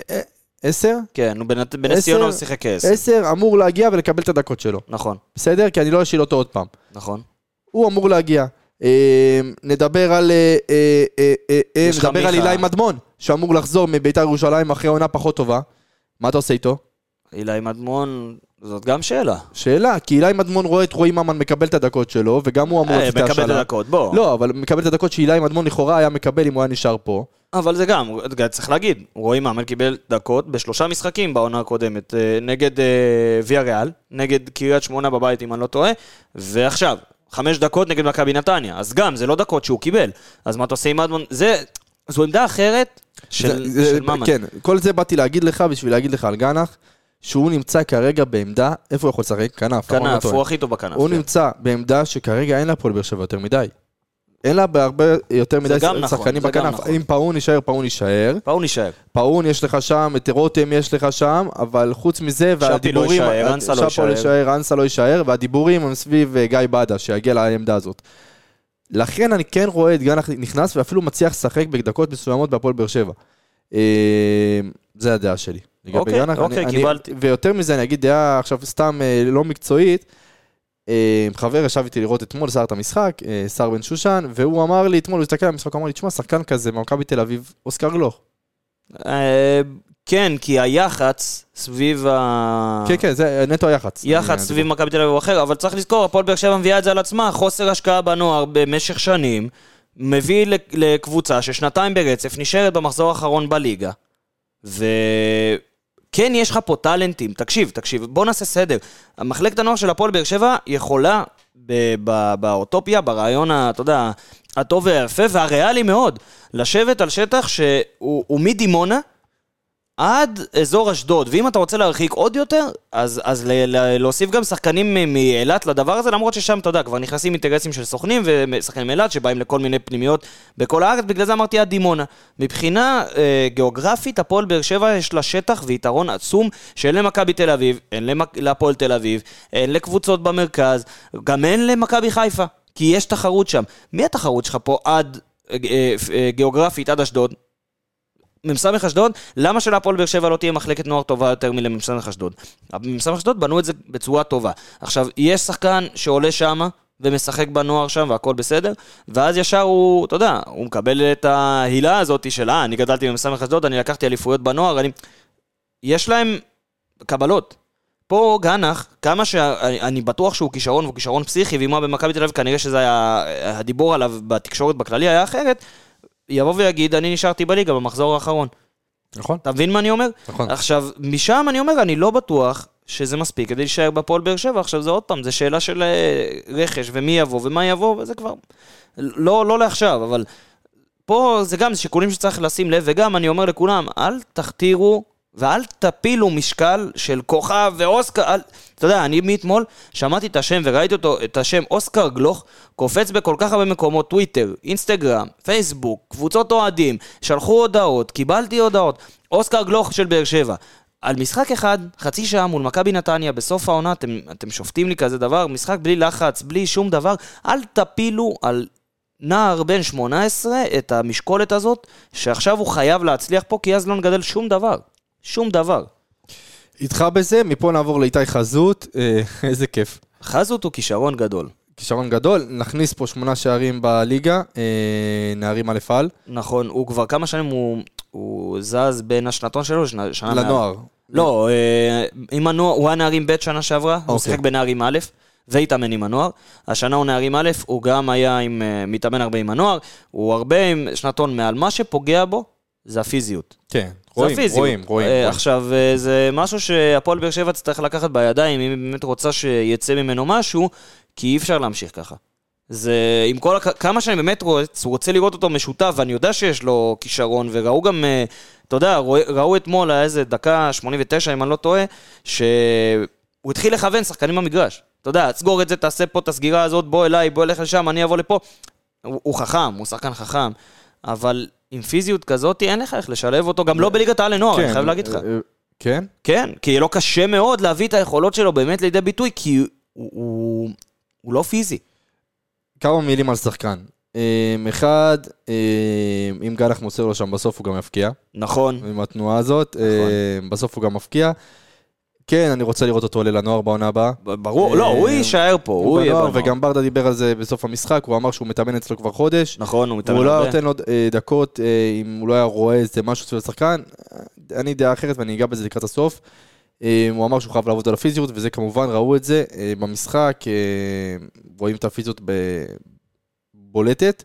[SPEAKER 1] עשר?
[SPEAKER 2] כן, הוא בנס ציונה הוא שיחק כעשר.
[SPEAKER 1] עשר אמור להגיע ולקבל את הדקות שלו.
[SPEAKER 2] נכון.
[SPEAKER 1] בסדר? כי אני לא אשאיל אותו עוד פעם.
[SPEAKER 2] נכון.
[SPEAKER 1] הוא אמור להגיע. נדבר על נדבר על אילי מדמון, שאמור לחזור מביתר ירושלים אחרי עונה פחות טובה. מה אתה עושה איתו?
[SPEAKER 2] אילי מדמון, זאת גם שאלה.
[SPEAKER 1] שאלה, כי אילי מדמון רואה את רועי ממן מקבל את הדקות שלו, וגם הוא אמור
[SPEAKER 2] לתת השאלה. מקבל את הדקות, בוא.
[SPEAKER 1] לא, אבל מקבל את הדקות שאילי מדמון לכאורה היה מקבל אם הוא היה נשאר פה.
[SPEAKER 2] אבל זה גם, צריך להגיד, רועי ממן קיבל דקות בשלושה משחקים בעונה הקודמת, נגד ויה ריאל, נגד קריית שמונה בבית אם אני לא טועה, ועכשיו, חמש דקות נגד מכבי נתניה, אז גם, זה לא דקות שהוא קיבל. אז מה אתה עושה עם מדמון? זה, זו עמדה אחרת של, זה, של ממן.
[SPEAKER 1] כן, כל זה באתי להגיד לך, בשביל להגיד לך על גנח, שהוא נמצא כרגע בעמדה, איפה הוא יכול לשחק? כנף.
[SPEAKER 2] כנף, הוא הכי טוב בכנף.
[SPEAKER 1] הוא נמצא בעמדה שכרגע אין לה פועל באר שבע יותר מדי. אין לה בהרבה יותר מדי שחקנים בכנף. אם פאון יישאר, פאון יישאר.
[SPEAKER 2] פאון יישאר.
[SPEAKER 1] פאון יש לך שם, את רותם יש לך שם, אבל חוץ מזה, והדיבורים...
[SPEAKER 2] שפי לא יישאר, אנסה לא יישאר.
[SPEAKER 1] שפו יישאר, אנסה לא יישאר, והדיבורים הם סביב גיא בדה, שיגיע לעמדה הזאת. לכן אני כן רואה את גנח נכנס, ואפילו מצליח לשחק בדקות מסוימות בהפועל באר שבע. זה הדעה שלי.
[SPEAKER 2] אוקיי, אוקיי, קיבלתי.
[SPEAKER 1] ויותר מזה, אני אגיד דעה עכשיו סתם לא מקצועית, חבר ישב איתי לראות אתמול, שר את המשחק, שר בן שושן, והוא אמר לי, אתמול הוא הסתכל על המשחק, הוא אמר לי, תשמע, שחקן כזה, ממכבי תל אביב, אוסקר גלוך.
[SPEAKER 2] כן, כי היח"צ סביב ה...
[SPEAKER 1] כן, כן, זה נטו היח"צ.
[SPEAKER 2] יח"צ סביב מכבי תל אביב הוא אחר, אבל צריך לזכור, הפועל באר שבע מביאה את זה על עצמה, חוסר השקעה בנוער במשך שנים, מביא לקבוצה ששנתיים ברצף נשארת במחזור האחרון בליגה, ו... כן, יש לך פה טלנטים, תקשיב, תקשיב, בוא נעשה סדר. המחלקת הנוער של הפועל באר שבע יכולה באוטופיה, ברעיון, אתה יודע, הטוב והיפה והריאלי מאוד, לשבת על שטח שהוא מדימונה עד אזור אשדוד, ואם אתה רוצה להרחיק עוד יותר, אז, אז ל- ל- להוסיף גם שחקנים מאילת לדבר הזה, למרות ששם, אתה יודע, כבר נכנסים אינטרסים של סוכנים ושחקנים מאילת, שבאים לכל מיני פנימיות בכל הארץ, בגלל זה אמרתי עד דימונה. מבחינה אה, גיאוגרפית, הפועל באר שבע יש לה שטח ויתרון עצום, שאין למכבי תל אביב, אין להפועל תל אביב, אין לקבוצות במרכז, גם אין למכבי חיפה, כי יש תחרות שם. מי התחרות שלך פה עד אה, אה, גיאוגרפית, עד אשדוד? ממסמך אשדוד, למה שלהפועל באר שבע לא תהיה מחלקת נוער טובה יותר מלממסמך אשדוד? בממסמך אשדוד בנו את זה בצורה טובה. עכשיו, יש שחקן שעולה שם ומשחק בנוער שם והכל בסדר, ואז ישר הוא, אתה יודע, הוא מקבל את ההילה הזאת של, אה, אני גדלתי בממסמך אשדוד, אני לקחתי אליפויות בנוער, אני... יש להם קבלות. פה גנח, כמה שאני בטוח שהוא כישרון, והוא כישרון פסיכי, ואם הוא במכבי תל אביב, כנראה שזה היה, הדיבור עליו בתקשורת בכללי היה אחרת, יבוא ויגיד, אני נשארתי בליגה במחזור האחרון.
[SPEAKER 1] נכון.
[SPEAKER 2] אתה מבין מה אני אומר?
[SPEAKER 1] נכון.
[SPEAKER 2] עכשיו, משם אני אומר, אני לא בטוח שזה מספיק כדי להישאר בפועל באר שבע. עכשיו זה עוד פעם, זה שאלה של רכש, ומי יבוא ומה יבוא, וזה כבר לא, לא לעכשיו, אבל פה זה גם שיקולים שצריך לשים לב, וגם אני אומר לכולם, אל תכתירו ואל תפילו משקל של כוכב ואוסקר, אל... אתה יודע, אני מאתמול שמעתי את השם וראיתי אותו, את השם אוסקר גלוך, קופץ בכל כך הרבה מקומות, טוויטר, אינסטגרם, פייסבוק, קבוצות אוהדים, שלחו הודעות, קיבלתי הודעות, אוסקר גלוך של באר שבע. על משחק אחד, חצי שעה מול מכבי נתניה, בסוף העונה, אתם, אתם שופטים לי כזה דבר, משחק בלי לחץ, בלי שום דבר, אל תפילו על נער בן שמונה עשרה את המשקולת הזאת, שעכשיו הוא חייב להצליח פה, כי אז לא נגדל שום דבר. שום דבר.
[SPEAKER 1] איתך בזה, מפה נעבור לאיתי חזות, איזה כיף.
[SPEAKER 2] חזות הוא כישרון גדול.
[SPEAKER 1] כישרון גדול, נכניס פה שמונה שערים בליגה, נערים א' על.
[SPEAKER 2] נכון, הוא כבר כמה שנים הוא, הוא זז בין השנתון שלו, שנה, שנה
[SPEAKER 1] לנוער.
[SPEAKER 2] לא, עם הנוער, הוא היה נערים ב' שנה שעברה, הוא שיחק בנערים א', והתאמן עם הנוער. השנה הוא נערים א', הוא גם היה עם, מתאמן הרבה עם הנוער, הוא הרבה עם שנתון מעל. מה שפוגע בו, זה הפיזיות.
[SPEAKER 1] כן. רואים, רואים, רואים.
[SPEAKER 2] עכשיו, זה משהו שהפועל באר שבע צריך לקחת בידיים, אם היא באמת רוצה שיצא ממנו משהו, כי אי אפשר להמשיך ככה. זה, עם כל, כמה שאני באמת רוצה לראות אותו משותף, ואני יודע שיש לו כישרון, וראו גם, אתה יודע, ראו אתמול, איזה דקה שמונים ותשע, אם אני לא טועה, שהוא התחיל לכוון שחקנים במגרש. אתה יודע, תסגור את זה, תעשה פה את הסגירה הזאת, בוא אליי, בוא אלך לשם, אני אבוא לפה. הוא, הוא חכם, הוא שחקן חכם, אבל עם פיזיות כזאת, אין לך איך לשלב אותו, גם לא בליגת העל לנוער, אני חייב להגיד לך.
[SPEAKER 1] כן?
[SPEAKER 2] כן, כי לא קשה מאוד להביא את היכולות שלו באמת לידי ביטוי, כי הוא לא פיזי.
[SPEAKER 1] כמה מילים על שחקן. אחד, אם גלח מוסר לו שם בסוף הוא גם מפקיע.
[SPEAKER 2] נכון.
[SPEAKER 1] עם התנועה הזאת, בסוף הוא גם מפקיע. כן, אני רוצה לראות אותו עולה לנוער בעונה הבאה.
[SPEAKER 2] ברור, לא, הוא יישאר פה, הוא יהיה בנוער.
[SPEAKER 1] וגם ברדה דיבר על זה בסוף המשחק, הוא אמר שהוא מתאמן אצלו כבר חודש.
[SPEAKER 2] נכון, הוא מתאמן
[SPEAKER 1] הרבה. הוא
[SPEAKER 2] הרבה.
[SPEAKER 1] לא נותן לו דקות, אם הוא לא היה רואה איזה משהו סביב השחקן, אני דעה אחרת ואני אגע בזה לקראת הסוף. הוא אמר שהוא חייב לעבוד על הפיזיות, וזה כמובן ראו את זה במשחק, רואים את הפיזיות בולטת.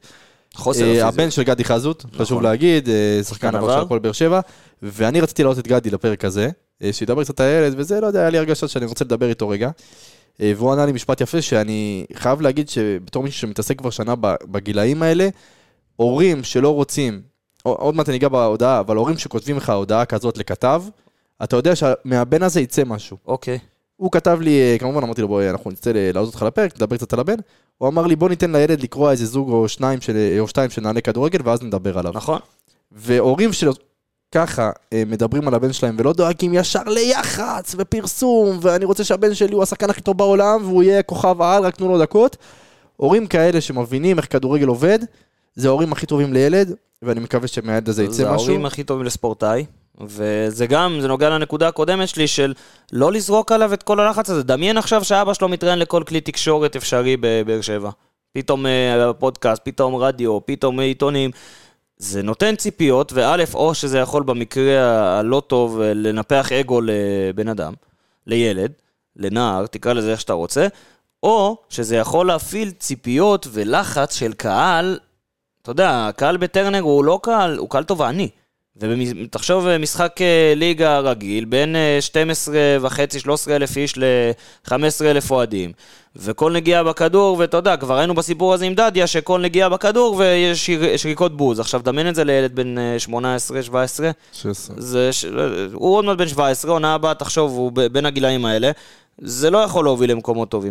[SPEAKER 1] הבן של גדי חזות, חשוב להגיד, שחקן עבר של הפועל באר שבע, ואני רציתי לעלות את גדי לפרק הזה, שידבר קצת הילד, וזה לא יודע, היה לי הרגשה שאני רוצה לדבר איתו רגע, והוא ענה לי משפט יפה, שאני חייב להגיד שבתור מישהו שמתעסק כבר שנה בגילאים האלה, הורים שלא רוצים, עוד מעט אני אגע בהודעה, אבל הורים שכותבים לך הודעה כזאת לכתב, אתה יודע שמהבן הזה יצא משהו.
[SPEAKER 2] אוקיי.
[SPEAKER 1] הוא כתב לי, כמובן אמרתי לו, בואי, אנחנו נצא לעלות אותך לפרק, נדבר קצת על הבן. הוא אמר לי, בוא ניתן לילד לקרוא איזה זוג או שניים של, או שתיים של נעלי כדורגל, ואז נדבר עליו.
[SPEAKER 2] נכון.
[SPEAKER 1] והורים שלו ככה מדברים על הבן שלהם, ולא דואגים ישר ליחץ ופרסום, ואני רוצה שהבן שלי הוא השחקן הכי טוב בעולם, והוא יהיה כוכב העל, רק תנו לו דקות. הורים כאלה שמבינים איך כדורגל עובד, זה ההורים הכי טובים לילד, ואני מקווה שמהילד הזה יצא משהו.
[SPEAKER 2] זה ההורים הכי טובים לספורטאי. וזה גם, זה נוגע לנקודה הקודמת שלי של לא לזרוק עליו את כל הלחץ הזה. דמיין עכשיו שאבא שלו מתראיין לכל כלי תקשורת אפשרי בבאר שבע. פתאום פודקאסט, פתאום רדיו, פתאום עיתונים. זה נותן ציפיות, וא' או שזה יכול במקרה הלא טוב לנפח אגו לבן אדם, לילד, לנער, תקרא לזה איך שאתה רוצה, או שזה יכול להפעיל ציפיות ולחץ של קהל. אתה יודע, הקהל בטרנר הוא לא קהל, הוא קהל תובעני. ותחשוב משחק ליגה רגיל, בין שתים עשרה וחצי שלוש עשרה אלף איש ל-חמש עשרה אלף אוהדים, וכל נגיעה בכדור, ואתה יודע, כבר היינו בסיפור הזה עם דדיה, שכל נגיעה בכדור ויש שריקות בוז. עכשיו דמיין את זה לילד בין שמונה עשרה שבע עשרה, זה, הוא עוד מעט בין שבע עשרה, עונה הבאה, תחשוב, הוא בין הגילאים האלה, זה לא יכול להוביל למקומות טובים.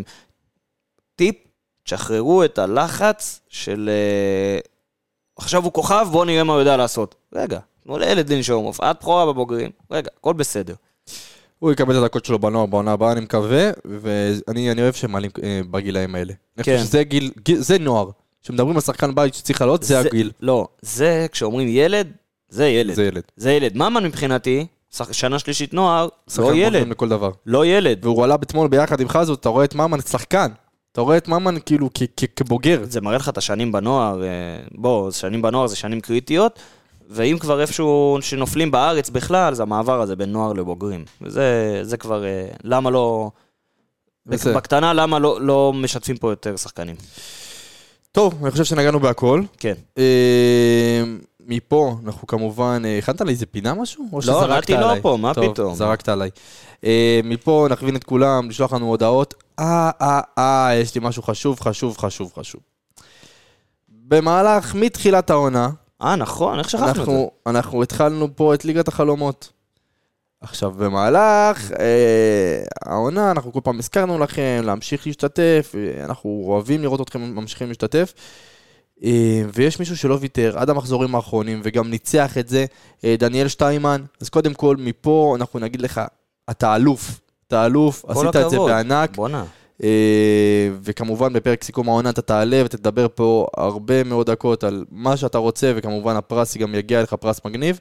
[SPEAKER 2] טיפ, תשחררו את הלחץ של עכשיו הוא כוכב, בואו נראה מה הוא יודע לעשות. רגע, תנו לילד לנשום, הופעת בכורה בבוגרים, רגע, הכל בסדר.
[SPEAKER 1] הוא יקבל את הדקות שלו בנוער, בעונה הבאה, אני מקווה, ואני אני אוהב שמעלים אה, בגילאים האלה. אני חושב שזה גיל, גיל, זה נוער. כשמדברים על שחקן בית שצריך לעלות, זה, זה הגיל.
[SPEAKER 2] לא, זה, כשאומרים ילד, זה ילד.
[SPEAKER 1] זה ילד.
[SPEAKER 2] זה ילד. מה מבחינתי? שנה שלישית נוער, לא ילד.
[SPEAKER 1] לכל דבר.
[SPEAKER 2] לא ילד.
[SPEAKER 1] והוא עלה בתמול ביחד עם חזות, אתה רואה את מאמן שחקן. אתה רואה את מאמן כאילו כ- כ- כבוגר.
[SPEAKER 2] זה מראה לך את השנים בנוער, בוא, שנים בנוער זה שנים קריטיות, ואם כבר איפשהו שנופלים בארץ בכלל, זה המעבר הזה בין נוער לבוגרים. וזה זה כבר, למה לא, בסדר. בקטנה, למה לא, לא משתפים פה יותר שחקנים.
[SPEAKER 1] טוב, אני חושב שנגענו בהכל.
[SPEAKER 2] כן.
[SPEAKER 1] אה, מפה, אנחנו כמובן, הכנת לי איזה פינה משהו? או
[SPEAKER 2] לא, ראיתי לא פה, מה
[SPEAKER 1] טוב,
[SPEAKER 2] פתאום?
[SPEAKER 1] זרקת עליי. אה, מפה נכווין את כולם, לשלוח לנו הודעות. אה, אה, אה, יש לי משהו חשוב, חשוב, חשוב, חשוב. במהלך, מתחילת העונה,
[SPEAKER 2] אה, נכון, איך שכחנו את זה?
[SPEAKER 1] אנחנו התחלנו פה את ליגת החלומות. עכשיו, במהלך אה, העונה, אנחנו כל פעם הזכרנו לכם להמשיך להשתתף, אנחנו אוהבים לראות אתכם ממשיכים להשתתף, אה, ויש מישהו שלא ויתר עד המחזורים האחרונים, וגם ניצח את זה, אה, דניאל שטיימן. אז קודם כל, מפה אנחנו נגיד לך, אתה אלוף, אתה אלוף, עשית את זה בענק.
[SPEAKER 2] בונה.
[SPEAKER 1] וכמובן בפרק סיכום העונה אתה תעלה ותדבר פה הרבה מאוד דקות על מה שאתה רוצה, וכמובן הפרס גם יגיע לך, פרס מגניב.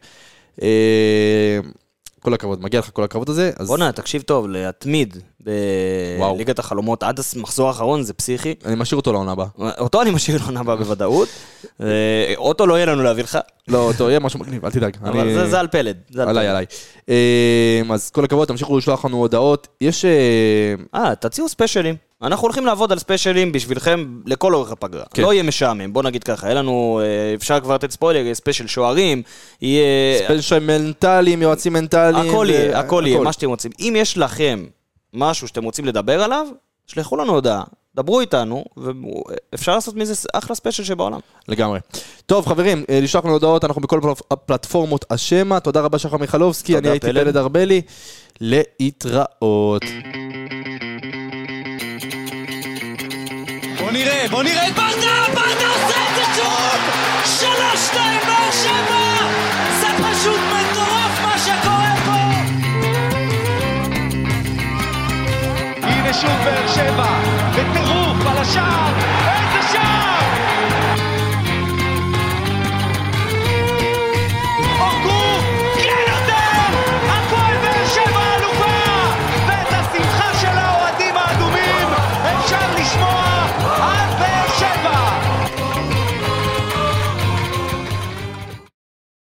[SPEAKER 1] כל הכבוד, מגיע לך כל הכבוד הזה.
[SPEAKER 2] בונה, תקשיב טוב, להתמיד בליגת החלומות עד המחזור האחרון זה פסיכי.
[SPEAKER 1] אני משאיר אותו לעונה הבאה.
[SPEAKER 2] אותו אני משאיר לעונה הבאה בוודאות. אותו לא יהיה לנו להביא לך.
[SPEAKER 1] לא, אותו יהיה משהו מגניב, אל תדאג.
[SPEAKER 2] אבל זה על פלד.
[SPEAKER 1] עליי, עליי. אז כל הכבוד, תמשיכו לשלוח לנו הודעות. יש...
[SPEAKER 2] אה, תציעו ספיישלים. אנחנו הולכים לעבוד על ספיישלים בשבילכם לכל אורך הפגרה. לא יהיה משעמם, בוא נגיד ככה. יהיה לנו, אפשר כבר לתת ספוילר, יהיה ספיישל שוערים, יהיה...
[SPEAKER 1] ספיישל מנטליים, יועצים מנטליים.
[SPEAKER 2] הכל יהיה, הכל יהיה, מה שאתם רוצים. אם יש לכם משהו שאתם רוצים לדבר עליו, שלחו לנו הודעה, דברו איתנו, ואפשר לעשות מזה אחלה ספיישל שבעולם.
[SPEAKER 1] לגמרי. טוב, חברים, לשלוח לנו הודעות, אנחנו בכל הפלטפורמות השמה. תודה רבה שחר מיכלובסקי, אני הייתי פלד ארבלי. להתראות.
[SPEAKER 3] בוא נראה, בוא נראה את ברדה, ברדה עושה את זה שוב! שלוש, שתיים, באר שבע! זה פשוט מטורף מה שקורה פה! הנה שוב באר שבע,